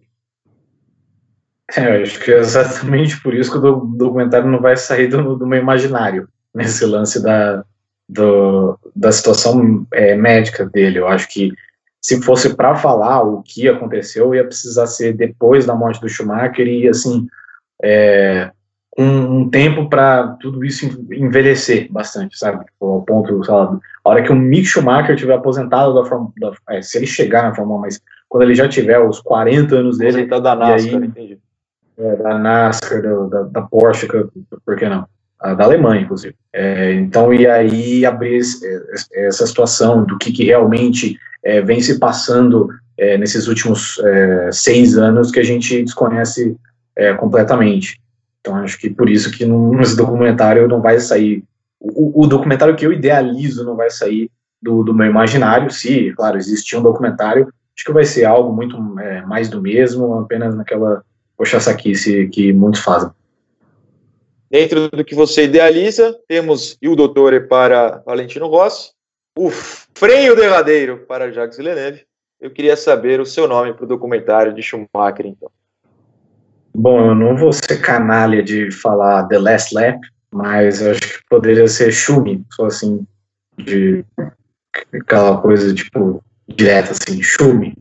É, eu acho que é exatamente por isso que o documentário não vai sair do, do meu imaginário, nesse lance da, do, da situação é, médica dele. Eu acho que se fosse para falar o que aconteceu, ia precisar ser depois da morte do Schumacher e, assim, é, um, um tempo para tudo isso envelhecer bastante, sabe? Ao ponto, sei lá, a hora que o Mick Schumacher tiver aposentado da Fórmula, da, é, se ele chegar na Fórmula um, mas quando ele já tiver os quarenta anos dele,
tá da NASCAR,
e aí,
entendi.
É, da NASCAR, da, da, da Porsche, por que não? A da Alemanha, inclusive. É, então, e aí abrir esse, essa situação do que, que realmente é, vem se passando é, nesses últimos é, seis anos que a gente desconhece é, completamente. Então, acho que por isso que nesse documentário não vai sair o, o documentário que eu idealizo não vai sair do, do meu imaginário. Se, claro, existir um documentário, acho que vai ser algo muito é, mais do mesmo, apenas naquela poxa-saquice que muitos fazem.
Dentro do que você idealiza, temos o Dottore para Valentino Rossi, o freio derradeiro para Jacques Villeneuve. Eu queria saber o seu nome para o documentário de Schumacher, então.
Bom, eu não vou ser canalha de falar The Last Lap, mas eu acho que poderia ser Schumi, só assim, de aquela coisa, tipo, direta, assim, Schumi.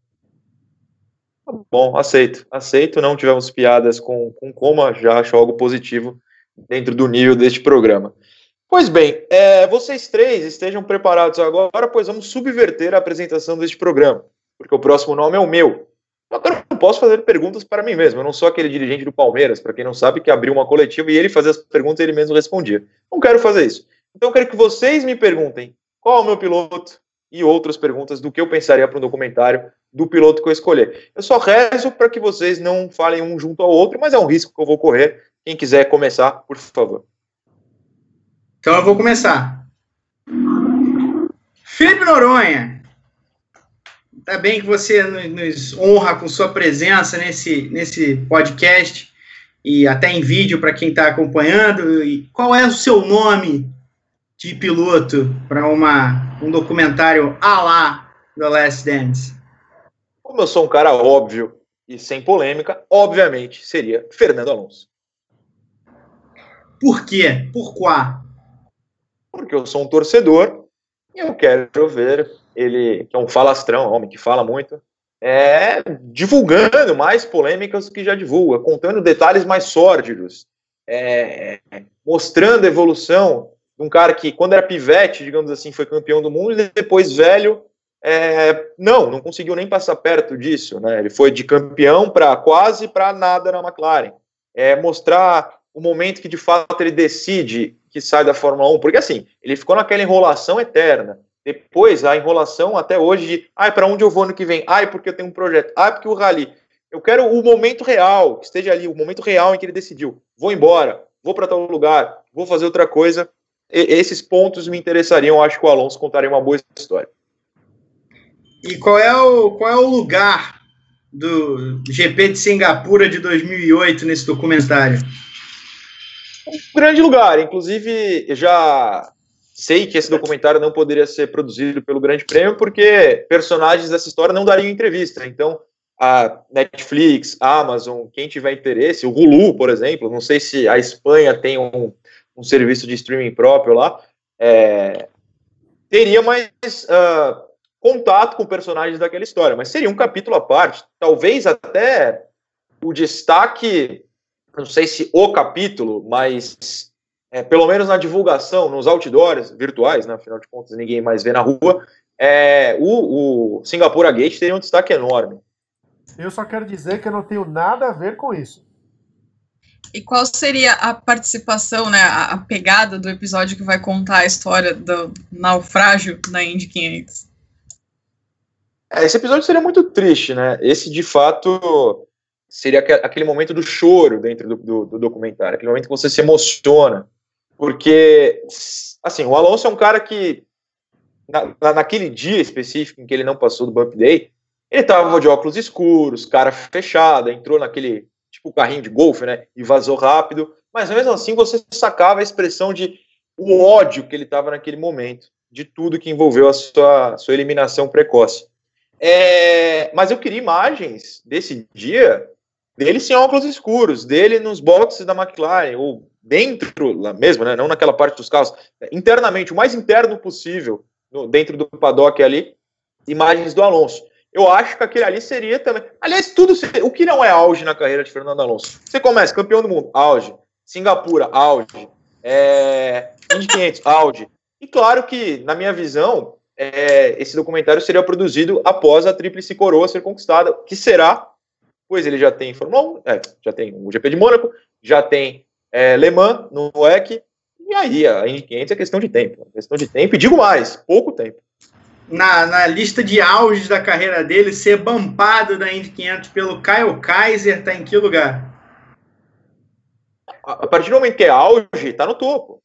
Bom, aceito, aceito, não tivemos piadas com, com coma, já acho algo positivo dentro do nível deste programa. Pois bem, é, vocês três estejam preparados agora, pois vamos subverter a apresentação deste programa, porque o próximo nome é o meu. Agora eu não posso fazer perguntas para mim mesmo, eu não sou aquele dirigente do Palmeiras, para quem não sabe, que abriu uma coletiva e ele fazia as perguntas e ele mesmo respondia. Não quero fazer isso. Então eu quero que vocês me perguntem qual é o meu piloto e outras perguntas do que eu pensaria para um documentário do piloto que eu escolher. Eu só rezo para que vocês não falem um junto ao outro, mas é um risco que eu vou correr. Quem quiser começar, por favor.
Então eu vou começar. Felipe Noronha, tá bem que você nos honra com sua presença nesse, nesse podcast e até em vídeo para quem está acompanhando. E qual é o seu nome de piloto para uma um documentário à la The Last Dance?
Como eu sou um cara óbvio e sem polêmica, obviamente seria Fernando Alonso.
Por quê? Por quá?
Porque eu sou um torcedor e eu quero ver ele, que é um falastrão, um homem que fala muito, é, divulgando mais polêmicas do que já divulga, contando detalhes mais sórdidos, é, mostrando a evolução de um cara que, quando era pivete, digamos assim, foi campeão do mundo e depois velho, é, não, não conseguiu nem passar perto disso, né? Ele foi de campeão para quase para nada na McLaren. É, mostrar o momento que de fato ele decide que sai da Fórmula um, porque assim, ele ficou naquela enrolação eterna. Depois, a enrolação até hoje de, ai, para onde eu vou ano que vem? Ai, porque eu tenho um projeto. Ai, porque o Rally. Eu quero o momento real, que esteja ali, o momento real em que ele decidiu. Vou embora, vou para tal lugar, vou fazer outra coisa. E, esses pontos me interessariam, acho que o Alonso contaria uma boa história.
E qual é o, qual é o lugar do G P de Singapura de dois mil e oito nesse documentário?
Um grande lugar, inclusive já sei que esse documentário não poderia ser produzido pelo Grande Prêmio porque personagens dessa história não dariam entrevista, então a Netflix, a Amazon, quem tiver interesse, o Hulu, por exemplo, não sei se a Espanha tem um, um serviço de streaming próprio lá, é, teria mais uh, contato com personagens daquela história, mas seria um capítulo à parte, talvez até o destaque, não sei se o capítulo, mas é, pelo menos na divulgação, nos outdoors virtuais, né, afinal de contas ninguém mais vê na rua, é, o, o Singapura Gate teria um destaque enorme.
Eu só quero dizer que eu não tenho nada a ver com isso.
E qual seria a participação, né, a, a pegada do episódio que vai contar a história do naufrágio na Indy quinhentos?
É, esse episódio seria muito triste, né? Esse, de fato, seria aquele momento do choro dentro do, do, do documentário, aquele momento que você se emociona, porque, assim, o Alonso é um cara que, na, naquele dia específico em que ele não passou do Bump Day, ele tava de óculos escuros, cara fechada, entrou naquele, tipo, carrinho de golfe, né, e vazou rápido, mas mesmo assim você sacava a expressão de o ódio que ele tava naquele momento, de tudo que envolveu a sua, sua eliminação precoce. É, mas eu queria imagens desse dia dele sem óculos escuros, dele nos boxes da McLaren, ou dentro, lá mesmo, né, não naquela parte dos carros, internamente, o mais interno possível, no, dentro do paddock ali, imagens do Alonso. Eu acho que aquele ali seria também... Aliás, tudo seria... O que não é auge na carreira de Fernando Alonso? Você começa, campeão do mundo, auge. Singapura, auge. É... Indy quinhentos, auge. E claro que, na minha visão, é... esse documentário seria produzido após a tríplice coroa ser conquistada, que será, pois ele já tem Fórmula um, é, já tem o G P de Mônaco, já tem é, Le Mans no W E C, e aí a Indy quinhentos é questão de tempo. Questão de tempo, e digo mais, pouco tempo.
Na, na lista de auges da carreira dele, ser bumpado da Indy quinhentos pelo Kyle Kaiser, tá em que lugar?
A, a partir do momento que é auge, tá no topo.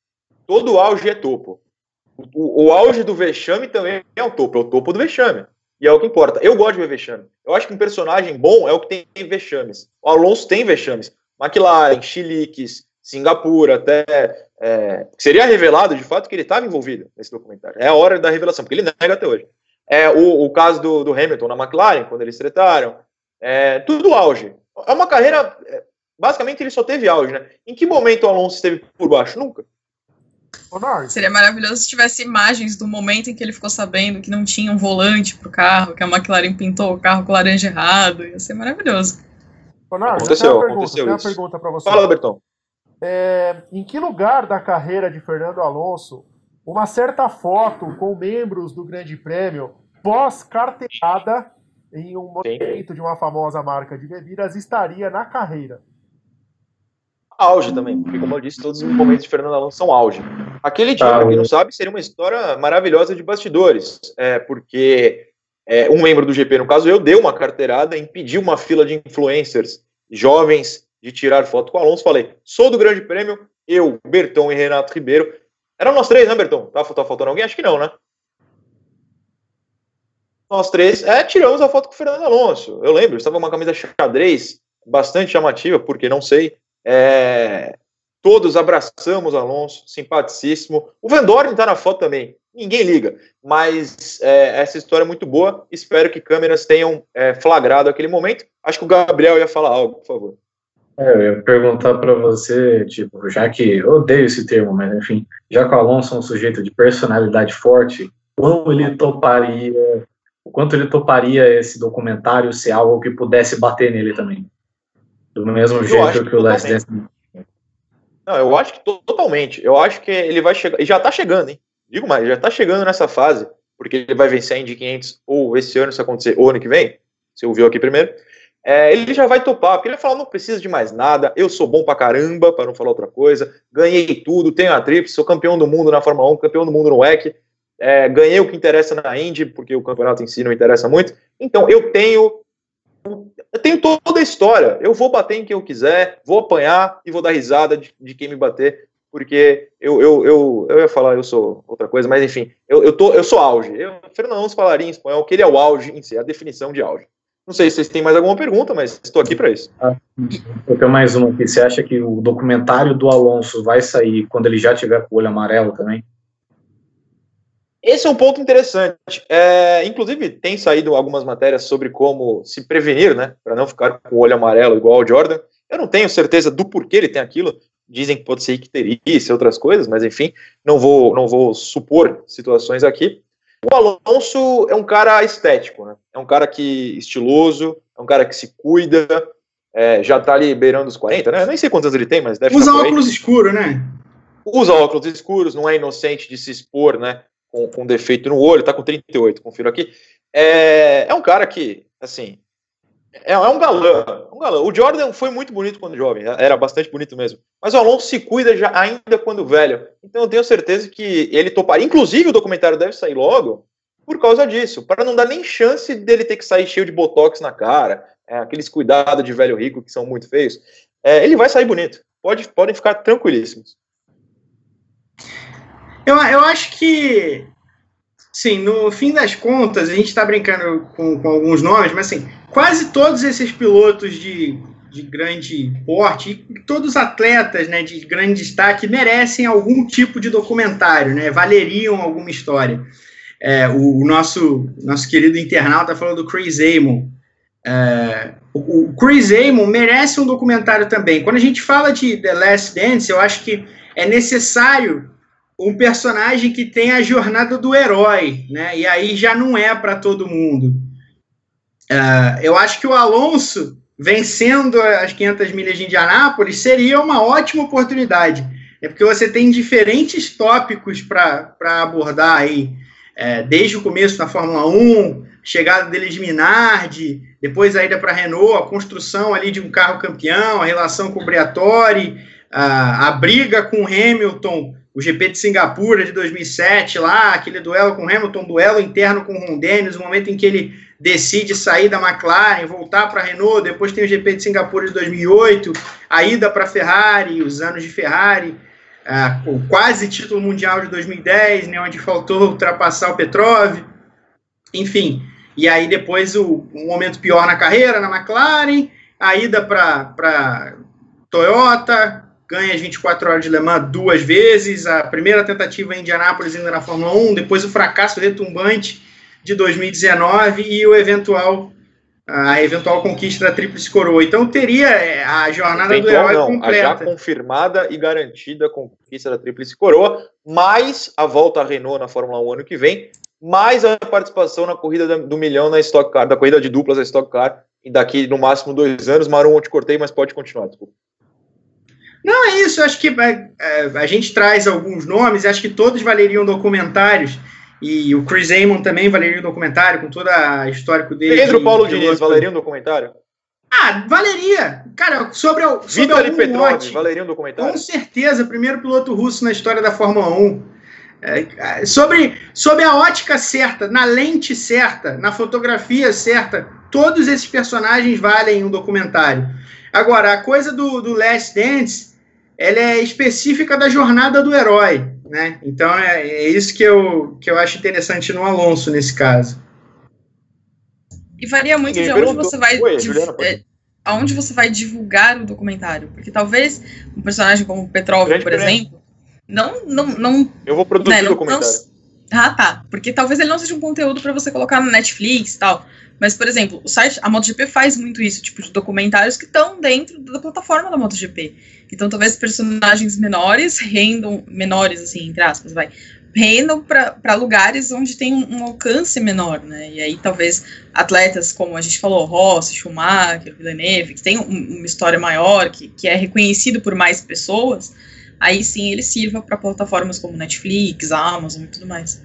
todo auge é topo. O, o auge do vexame também é o topo, é o topo do vexame. E é o que importa. Eu gosto de ver vexame. Eu acho que um personagem bom é o que tem vexames. O Alonso tem vexames. McLaren, Chiliques, Singapura, até... É, seria revelado, de fato, que ele estava envolvido nesse documentário. É a hora da revelação, porque ele nega até hoje. É, o, o caso do, do Hamilton na McLaren, quando eles tretaram. É, tudo auge. É uma carreira... Basicamente, ele só teve auge, né? Em que momento o Alonso esteve por baixo? Nunca.
Seria maravilhoso se tivesse imagens do momento em que ele ficou sabendo que não tinha um volante pro carro, que a McLaren pintou o carro com laranja errado. Ia ser maravilhoso.
Leonardo,
Aconteceu,
eu tenho uma pergunta,
aconteceu
tenho uma
isso.
pergunta para você.
Fala, Bertão.
É, em que lugar da carreira de Fernando Alonso uma certa foto com membros do Grande Prêmio pós-carteirada em um momento de uma famosa marca de bebidas estaria na carreira?
Auge também, porque como eu disse, todos os momentos de Fernando Alonso são auge. Aquele dia,
Ah,
pra quem não sabe, seria uma história maravilhosa de bastidores, é, porque é, um membro do G P, no caso eu, deu uma carteirada, impediu uma fila de influencers jovens de tirar foto com o Alonso. Falei, sou do Grande Prêmio, eu, Bertão e Renato Ribeiro. Eram nós três, né, Bertão? Tá, tá faltando alguém? Acho que não, né? Nós três, é, tiramos a foto com o Fernando Alonso. Eu lembro, estava uma camisa xadrez bastante chamativa, porque não sei. É, todos abraçamos Alonso, simpaticíssimo. O Van Dorn tá na foto também, ninguém liga, mas é, essa história é muito boa. Espero que câmeras tenham é, flagrado aquele momento. Acho que o Gabriel ia falar algo, por favor.
É, eu ia perguntar para você, tipo, já que eu odeio esse termo, mas enfim, já que o Alonso é um sujeito de personalidade forte, como ele toparia, o quanto ele toparia esse documentário ser algo que pudesse bater nele também? Do mesmo
Eu
jeito
acho
que,
que
o Last
totalmente.
Dance.
Não, eu acho que to- totalmente. Eu acho que ele vai chegar, e já tá chegando, hein? Digo mais, já tá chegando nessa fase, porque ele vai vencer a Indy quinhentos ou esse ano, se acontecer, ou ano que vem, você ouviu aqui primeiro. É, ele já vai topar, porque ele vai falar, não precisa de mais nada, eu sou bom pra caramba, para não falar outra coisa, ganhei tudo, tenho a tríplice, sou campeão do mundo na Fórmula um, campeão do mundo no W E C, é, ganhei o que interessa na Indy, porque o campeonato em si não interessa muito, então eu tenho eu tenho toda a história, eu vou bater em quem eu quiser, vou apanhar e vou dar risada de, de quem me bater, porque eu, eu, eu, eu ia falar, eu sou outra coisa, mas enfim, eu, eu, tô, eu sou auge, eu, Fernando Alonso falaria em espanhol que ele é o auge em si, a definição de auge. Não sei se vocês têm mais alguma pergunta, mas estou aqui para isso.
Ah, eu tenho mais uma aqui. Você acha que o documentário do Alonso vai sair quando ele já tiver com o olho amarelo também?
Esse é um ponto interessante. É, inclusive, tem saído algumas matérias sobre como se prevenir, né, para não ficar com o olho amarelo igual ao Jordan. Eu não tenho certeza do porquê ele tem aquilo. Dizem que pode ser icterícia, outras coisas, mas enfim, não vou, não vou supor situações aqui. O Alonso é um cara estético, né? É um cara que estiloso, é um cara que se cuida, é, já tá ali beirando os quarenta, né? Nem sei quantos anos ele tem, mas deve
Usa
estar por aí.
óculos escuros, né?
Usa óculos escuros, não é inocente de se expor, né? Com, com defeito no olho, tá com trinta e oito, confiro aqui. É, é um cara que, assim, é, é um galã, um galã. O Jordan foi muito bonito quando jovem, era bastante bonito mesmo. Mas o Alonso se cuida já ainda quando velho. Então eu tenho certeza que ele toparia. Inclusive o documentário deve sair logo por causa disso, para não dar nem chance dele ter que sair cheio de botox na cara, é, aqueles cuidados de velho rico que são muito feios. É, ele vai sair bonito. Pode, podem ficar tranquilíssimos.
Eu, eu acho que, sim, no fim das contas, a gente está brincando com, com alguns nomes, mas assim, quase todos esses pilotos de, de grande porte, e todos os atletas, né, de grande destaque, merecem algum tipo de documentário, né, valeriam alguma história. É, o, o nosso, nosso querido internauta falou do Chris Amon. É, o, o Chris Amon merece um documentário também. Quando a gente fala de The Last Dance, eu acho que é necessário um personagem que tem a jornada do herói, né? E aí já não é para todo mundo. Uh, eu acho que o Alonso vencendo as quinhentas milhas de Indianápolis seria uma ótima oportunidade, é porque você tem diferentes tópicos para abordar aí, é, desde o começo da Fórmula um, chegada dele de Minardi, depois a ida para a Renault, a construção ali de um carro campeão, a relação com o Briatore, a, a briga com o Hamilton, o G P de Singapura de dois mil e sete, lá, aquele duelo com o Hamilton, duelo interno com o Ron Dennis, o momento em que ele decide sair da McLaren, voltar para a Renault, depois tem o G P de Singapura de dois mil e oito, a ida para a Ferrari, os anos de Ferrari. ah, o quase título mundial de dois mil e dez, né, onde faltou ultrapassar o Petrov, enfim, e aí depois o, um momento pior na carreira, na McLaren, a ida para Toyota, ganha as vinte e quatro horas de Le Mans duas vezes, a primeira tentativa em Indianápolis ainda na Fórmula um, depois o fracasso retumbante de dois mil e dezenove e o eventual, a eventual conquista da Tríplice Coroa. Então teria a jornada
eventual,
do herói
não,
completa.
A já confirmada e garantida conquista da Tríplice Coroa, mais a volta à Renault na Fórmula um ano que vem, mais a participação na corrida do milhão na Stock Car, da corrida de duplas da Stock Car, e daqui no máximo dois anos. Marum, eu te cortei, mas pode continuar, desculpa.
Não, é isso, eu acho que é, é, a gente traz alguns nomes, acho que todos valeriam documentários, e o Chris Amon também valeria um documentário, com toda a histórico dele.
Pedro
de,
Paulo
de
Diniz, valeria um documentário?
Ah, valeria. Cara, sobre, sobre
Vitaly
algum
Petrov,
mote,
valeria um documentário?
Com certeza, primeiro piloto russo na história da Fórmula um. É, sobre, sobre a ótica certa, na lente certa, na fotografia certa, todos esses personagens valem um documentário. Agora, a coisa do, do Last Dance, ela é específica da jornada do herói, né? Então é, é isso que eu, que eu acho interessante no Alonso nesse caso.
E varia muito
Ninguém
de onde
perguntou.
você vai
Oi,
div-
Juliana, pode-
é, aonde você vai divulgar o documentário, porque talvez um personagem como o Petrov,
Grande
por
diferença.
exemplo, não não não,
Eu vou produzir
né,
o
não, não
documentário.
ah, tá, porque talvez ele não seja um conteúdo para você colocar no Netflix e tal. Mas, por exemplo, o site, a MotoGP faz muito isso, tipo de documentários que estão dentro da plataforma da MotoGP. Então, talvez personagens menores rendam, menores, assim, entre aspas, vai, rendam para lugares onde tem um, um alcance menor, né? E aí, talvez, atletas como a gente falou, Rossi, Schumacher, Villeneuve, que tem um, uma história maior, que, que é reconhecido por mais pessoas, aí sim ele sirva para plataformas como Netflix, Amazon e tudo mais.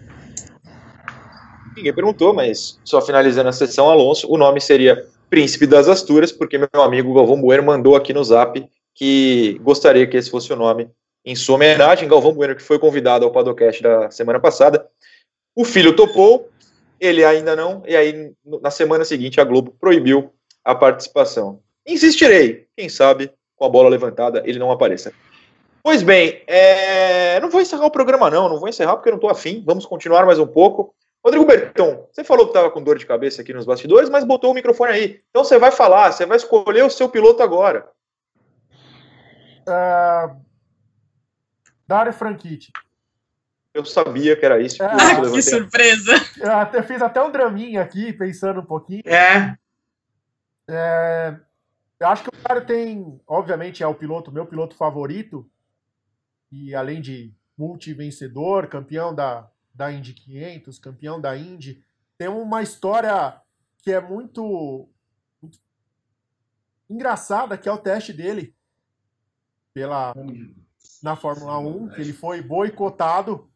Ninguém perguntou, mas só finalizando a sessão, Alonso, o nome seria Príncipe das Asturas, porque meu amigo Galvão Bueno mandou aqui no Zap que gostaria que esse fosse o nome em sua homenagem. Galvão Bueno, que foi convidado ao Padocast da semana passada, o filho topou, ele ainda não, e aí na semana seguinte a Globo proibiu a participação. Insistirei, quem sabe com a bola levantada ele não apareça. Pois bem, é... não vou encerrar o programa não, não vou encerrar porque eu não estou afim, vamos continuar mais um pouco. Rodrigo Berton, você falou que estava com dor de cabeça aqui nos bastidores, mas botou o microfone aí. Então você vai falar, você vai escolher o seu piloto agora.
Uh, Dario Franchitti.
Eu sabia que era isso.
Ah,
Ah,
eu
que surpresa!
Eu até fiz até um draminha aqui, pensando um pouquinho.
É.
É, eu acho que o Dario tem, obviamente, é o piloto, meu piloto favorito, e além de multi-vencedor, campeão da, da Indy quinhentos, campeão da Indy, tem uma história que é muito, muito engraçada, que é o teste dele pela, na Fórmula um, que ele foi boicotado,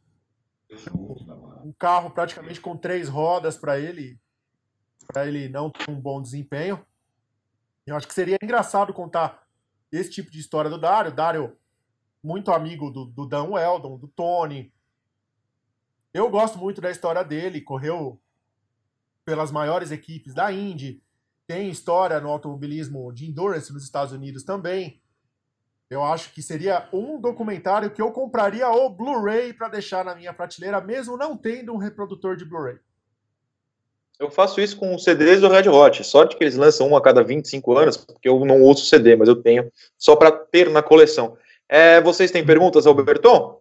um carro praticamente com três rodas para ele, para ele não ter um bom desempenho. Eu acho que seria engraçado contar esse tipo de história do Dario. Dario, muito amigo do, do Dan Weldon, do Tony. Eu gosto muito da história dele, correu pelas maiores equipes da Indy, tem história no automobilismo de endurance nos Estados Unidos também. Eu acho que seria um documentário que eu compraria o Blu-ray para deixar na minha prateleira, mesmo não tendo um reprodutor de Blu-ray.
Eu faço isso com os C Ds do Red Hot. Sorte que eles lançam um a cada vinte e cinco anos, porque eu não ouço C D, mas eu tenho só para ter na coleção. É, vocês têm perguntas ao Berton?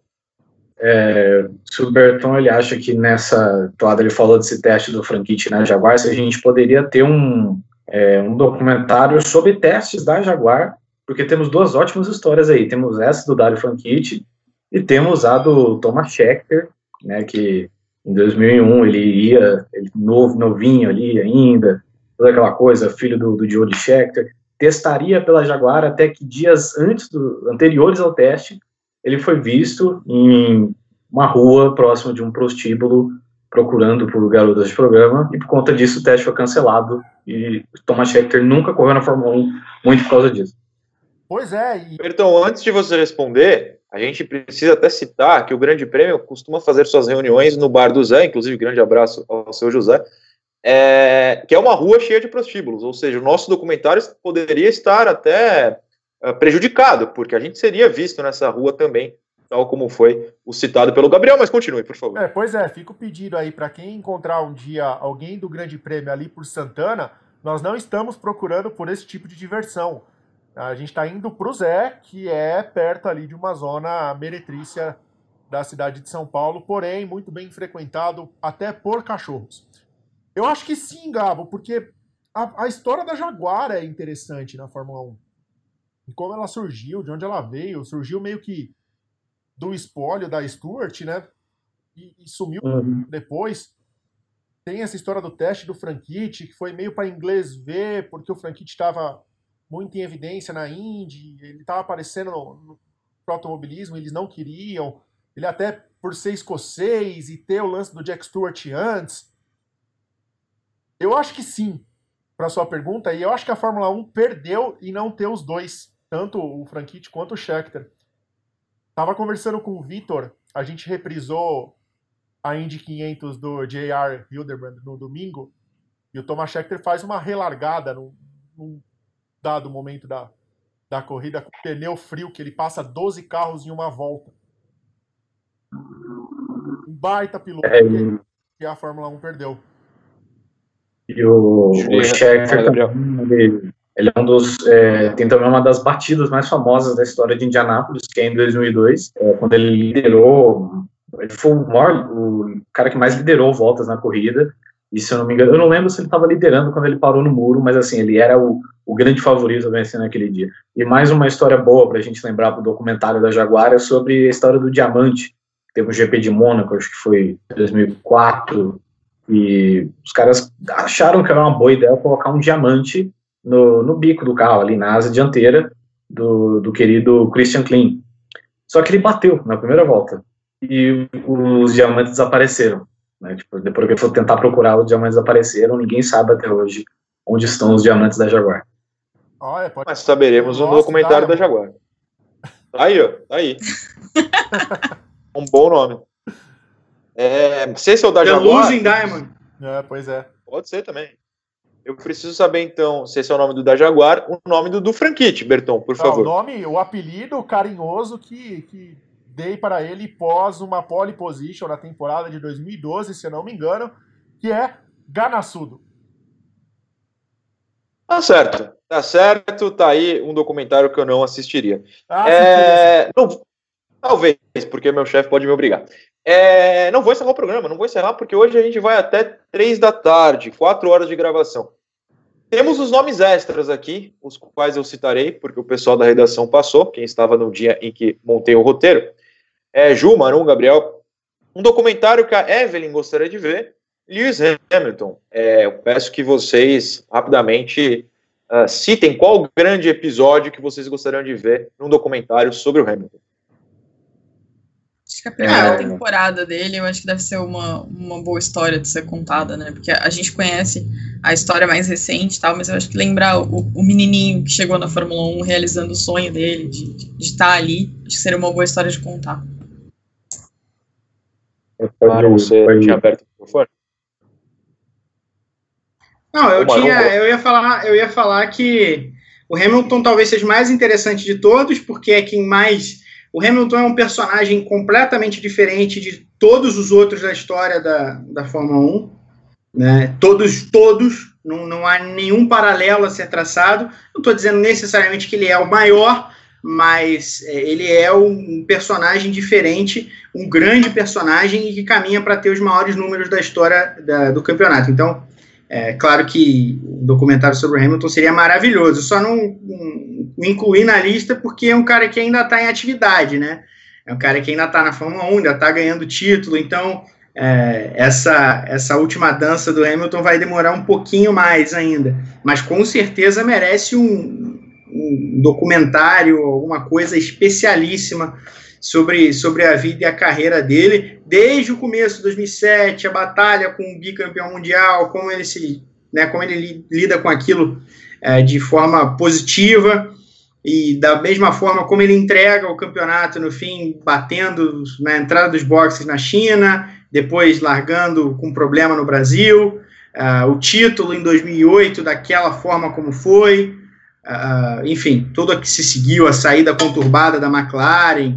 É, se o Berton ele acha que nessa toada ele falou desse teste do Franchitti na Jaguar, se a gente poderia ter um, é, um documentário sobre testes da Jaguar, porque temos duas ótimas histórias aí. Temos essa do Dario Franchitti e temos a do Thomas Scheckter, né, que em dois mil e um ele ia, ele novo, novinho ali ainda, toda aquela coisa, filho do, do Jody Scheckter, testaria pela Jaguar até que dias antes do, anteriores ao teste, ele foi visto em uma rua próxima de um prostíbulo procurando por garotas de programa, e por conta disso o teste foi cancelado e Thomas Scheckter nunca correu na Fórmula um, muito por causa disso.
Pois é. E...
Berton, antes de você responder, a gente precisa até citar que o Grande Prêmio costuma fazer suas reuniões no Bar do Zé, inclusive grande abraço ao seu José, é, que é uma rua cheia de prostíbulos, ou seja, o nosso documentário poderia estar até uh, prejudicado, porque a gente seria visto nessa rua também tal como foi o citado pelo Gabriel, mas continue, por favor.
É, pois é, fica o pedido aí para quem encontrar um dia alguém do Grande Prêmio ali por Santana, nós não estamos procurando por esse tipo de diversão. A gente está indo para o Zé, que é perto ali de uma zona meretrícia da cidade de São Paulo, porém muito bem frequentado até por cachorros. Eu acho que sim, Gabo, porque a, a história da Jaguar é interessante na Fórmula um. E como ela surgiu, de onde ela veio, surgiu meio que do espólio da Stewart, né? E, e sumiu uhum. depois. Tem essa história do teste do Franchitti, que foi meio para inglês ver, porque o Franchitti estava muito em evidência na Indy, ele estava aparecendo no, no automobilismo, eles não queriam. Ele até, por ser escocês e ter o lance do Jack Stewart antes. Eu acho que sim, para sua pergunta, e eu acho que a Fórmula um perdeu em não ter os dois, tanto o Franchitti quanto o Scheckter. Tava conversando com o Vitor, a gente reprisou a Indy quinhentos do J R Hildebrand no domingo, e o Thomas Scheckter faz uma relargada num, num dado momento da, da corrida, com pneu frio, que ele passa doze carros em uma volta. Um baita piloto é, que, que a Fórmula um perdeu.
E o, o Scheckter, ele, ele é um dos, é, tem também uma das batidas mais famosas da história de Indianápolis, que é em dois mil e dois, é, quando ele liderou, ele foi o, maior, o cara que mais liderou voltas na corrida, e se eu não me engano, eu não lembro se ele estava liderando quando ele parou no muro, mas assim, ele era o, o grande favorito a vencer naquele dia. E mais uma história boa para a gente lembrar do documentário da Jaguar é sobre a história do Diamante. Teve o G P de Mônaco, acho que foi em dois mil e quatro, e os caras acharam que era uma boa ideia colocar um diamante no, no bico do carro, ali na asa dianteira do, do querido Christian Klein. Só que ele bateu na primeira volta, e os diamantes desapareceram. Né? Tipo, depois que eu for tentar procurar, os diamantes desapareceram, ninguém sabe até hoje onde estão os diamantes da Jaguar.
Oh, é, pode... Mas saberemos no documentário da Jaguar. Tá aí, ó, tá aí. Um bom nome. É, sei se é o da
The
Jaguar.
Losing Diamond.
É, pois é.
Pode ser também. Eu preciso saber, então, se esse é o nome do da Jaguar, o nome do, do Franchitti, Berton, por
Não,
favor.
O nome, o apelido carinhoso que, que dei para ele pós uma pole position na temporada de dois mil e doze, se eu não me engano, que é Ganassudo.
Tá certo. Tá certo, tá aí um documentário que eu não assistiria.
Ah,
é... não... Talvez, porque meu chefe pode me obrigar. É, não vou encerrar o programa, não vou encerrar porque hoje a gente vai até três da tarde, quatro horas de gravação. Temos os nomes extras aqui, os quais eu citarei, porque o pessoal da redação passou, quem estava no dia em que montei o roteiro. É, Ju, Marum, Gabriel. Um documentário que a Evelyn gostaria de ver, Lewis Hamilton. É, eu peço que vocês, rapidamente, uh, citem qual grande episódio que vocês gostariam de ver num documentário sobre o Hamilton.
Acho que a primeira é. temporada dele, eu acho que deve ser uma, uma boa história de ser contada, né? Porque a gente conhece a história mais recente e tal, mas eu acho que lembrar o, o menininho que chegou na Fórmula um realizando o sonho dele, de, de, de estar ali, acho que seria uma boa história de contar.
Claro, você tinha aberto o microfone?
Não, eu, tinha, eu, ia falar, eu ia falar que o Hamilton talvez seja o mais interessante de todos, porque é quem mais... O Hamilton é um personagem completamente diferente de todos os outros da história da, da Fórmula um. Né? Todos, todos, não, não há nenhum paralelo a ser traçado. Não estou dizendo necessariamente que ele é o maior, mas é, ele é um personagem diferente, um grande personagem e que caminha para ter os maiores números da história da, do campeonato. Então, é claro que o documentário sobre o Hamilton seria maravilhoso, só não, não incluir na lista porque é um cara que ainda está em atividade, né? É um cara que ainda está na Fórmula um, ainda está ganhando título, então é, essa, essa última dança do Hamilton vai demorar um pouquinho mais ainda, mas com certeza merece um, um documentário, alguma coisa especialíssima sobre, sobre a vida e a carreira dele, desde o começo de dois mil e sete, a batalha com o bicampeão mundial, como ele, se, né, como ele lida com aquilo é, de forma positiva, e da mesma forma como ele entrega o campeonato no fim, batendo na entrada dos boxes na China, depois largando com problema no Brasil, uh, o título em dois mil e oito daquela forma como foi, uh, enfim, tudo o que se seguiu, a saída conturbada da McLaren,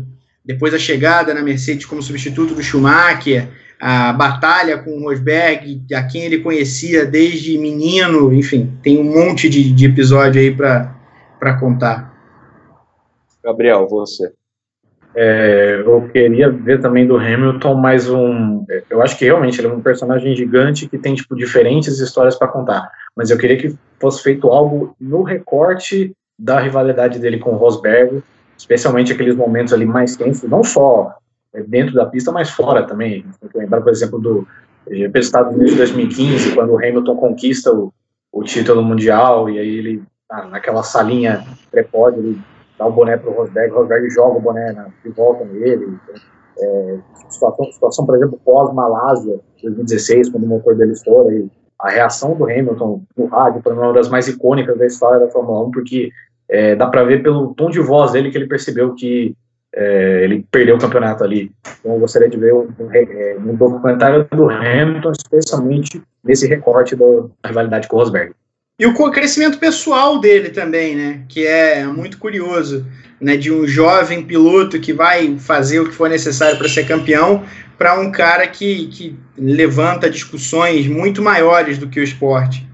depois a chegada na Mercedes como substituto do Schumacher, a batalha com o Rosberg, a quem ele conhecia desde menino, enfim, tem um monte de, de episódio aí para contar.
Gabriel, você.
É, eu queria ver também do Hamilton mais um... Eu acho que realmente ele é um personagem gigante que tem tipo, diferentes histórias para contar, mas eu queria que fosse feito algo no recorte da rivalidade dele com o Rosberg, especialmente aqueles momentos ali mais tensos, não só dentro da pista, mas fora também. Tem que lembrar, por exemplo, do G P dos Estados Unidos de dois mil e quinze, quando o Hamilton conquista o, o título mundial, e aí ele, naquela salinha pré-pódio, ele dá o boné para o Rosberg, o Rosberg joga o boné na, de volta nele. É, situação, situação, por exemplo, pós-Malásia, dois mil e dezesseis, quando o motor dele estoura, e a reação do Hamilton no rádio foi uma das mais icônicas da história da Fórmula um, porque é, dá para ver pelo tom de voz dele que ele percebeu que é, ele perdeu o campeonato ali. Então eu gostaria de ver um, um, um documentário do Hamilton, especialmente nesse recorte do, da rivalidade com o Rosberg.
E o crescimento pessoal dele também, né, que é muito curioso, né, de um jovem piloto que vai fazer o que for necessário para ser campeão, para um cara que, que levanta discussões muito maiores do que o esporte.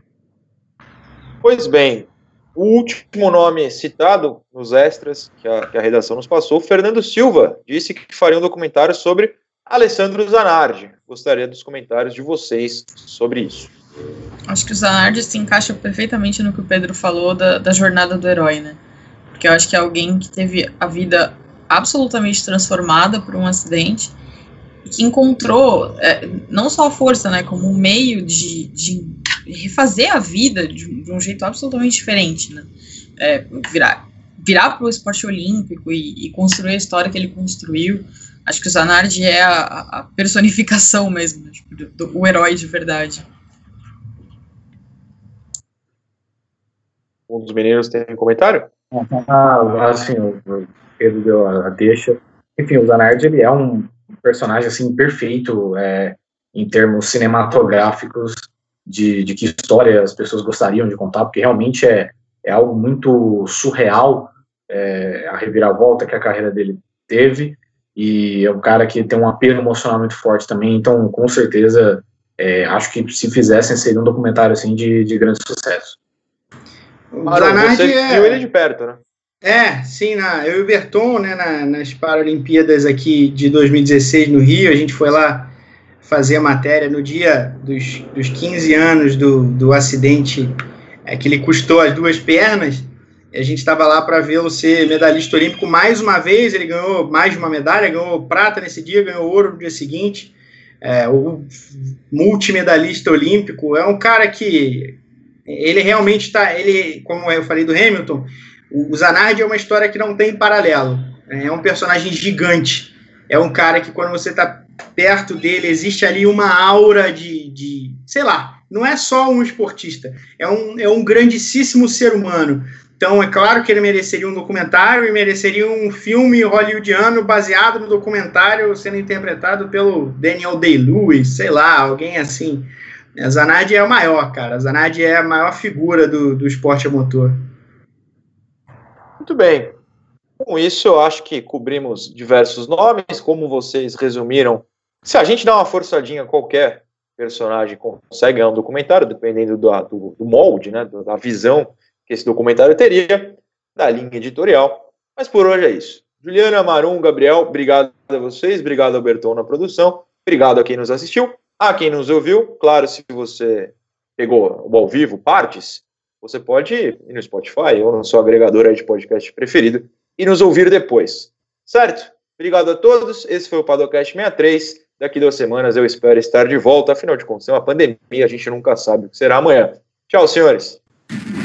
Pois bem, o último nome citado nos extras que a, que a redação nos passou, Fernando Silva, disse que faria um documentário sobre Alessandro Zanardi. Gostaria dos comentários de vocês sobre isso.
Acho que o Zanardi se encaixa perfeitamente no que o Pedro falou da, da jornada do herói, né? Porque eu acho que é alguém que teve a vida absolutamente transformada por um acidente e que encontrou é, não só a força, né, como um meio de, de refazer a vida de, de um jeito absolutamente diferente, né? É, virar virar para o esporte olímpico e, e construir a história que ele construiu. Acho que o Zanardi é a, a personificação mesmo, né, tipo, do, do, o herói de verdade.
Um dos meninos tem um comentário?
Ah, assim, o Pedro deu a deixa. Enfim, o Zanardi, ele é um personagem, assim, perfeito é, em termos cinematográficos de, de que história as pessoas gostariam de contar, porque realmente é, é algo muito surreal é, a reviravolta que a carreira dele teve, e é um cara que tem um apelo emocional muito forte também, então, com certeza, é, acho que se fizessem, seria um documentário, assim, de, de grande sucesso.
O Zanardi
você
é...
viu ele de perto, né?
É, sim, na, eu e o Berton, né, na, nas Paralimpíadas aqui de dois mil e dezesseis no Rio, a gente foi lá fazer a matéria no dia dos, dos quinze anos do, do acidente é, que lhe custou as duas pernas. A gente estava lá para vê-lo ser medalhista olímpico mais uma vez, ele ganhou mais de uma medalha, ganhou prata nesse dia, ganhou ouro no dia seguinte, é, o multimedalista olímpico, é um cara que ele realmente está, ele, como eu falei do Hamilton, o Zanardi é uma história que não tem paralelo, é um personagem gigante, é um cara que quando você está perto dele, existe ali uma aura de, de, sei lá, não é só um esportista, é um, é um grandíssimo ser humano. Então é claro que ele mereceria um documentário e mereceria um filme hollywoodiano baseado no documentário sendo interpretado pelo Daniel Day-Lewis, sei lá, alguém assim. A Zanardi é o maior, cara. A Zanardi é a maior figura do, do esporte a motor.
Muito bem. Com isso, eu acho que cobrimos diversos nomes, como vocês resumiram. Se a gente dá uma forçadinha, qualquer personagem consegue ganhar um documentário, dependendo do, do, do molde, né, da visão que esse documentário teria, da linha editorial. Mas por hoje é isso. Juliana, Marum, Gabriel, obrigado a vocês, obrigado ao Berton na produção, obrigado a quem nos assistiu. A quem nos ouviu, claro, se você pegou o ao vivo, partes, você pode ir no Spotify ou no seu agregador de podcast preferido e nos ouvir depois, certo? Obrigado a todos, esse foi o Paddockcast sessenta e três, daqui duas semanas eu espero estar de volta, afinal de contas é uma pandemia, a gente nunca sabe o que será amanhã. Tchau, senhores!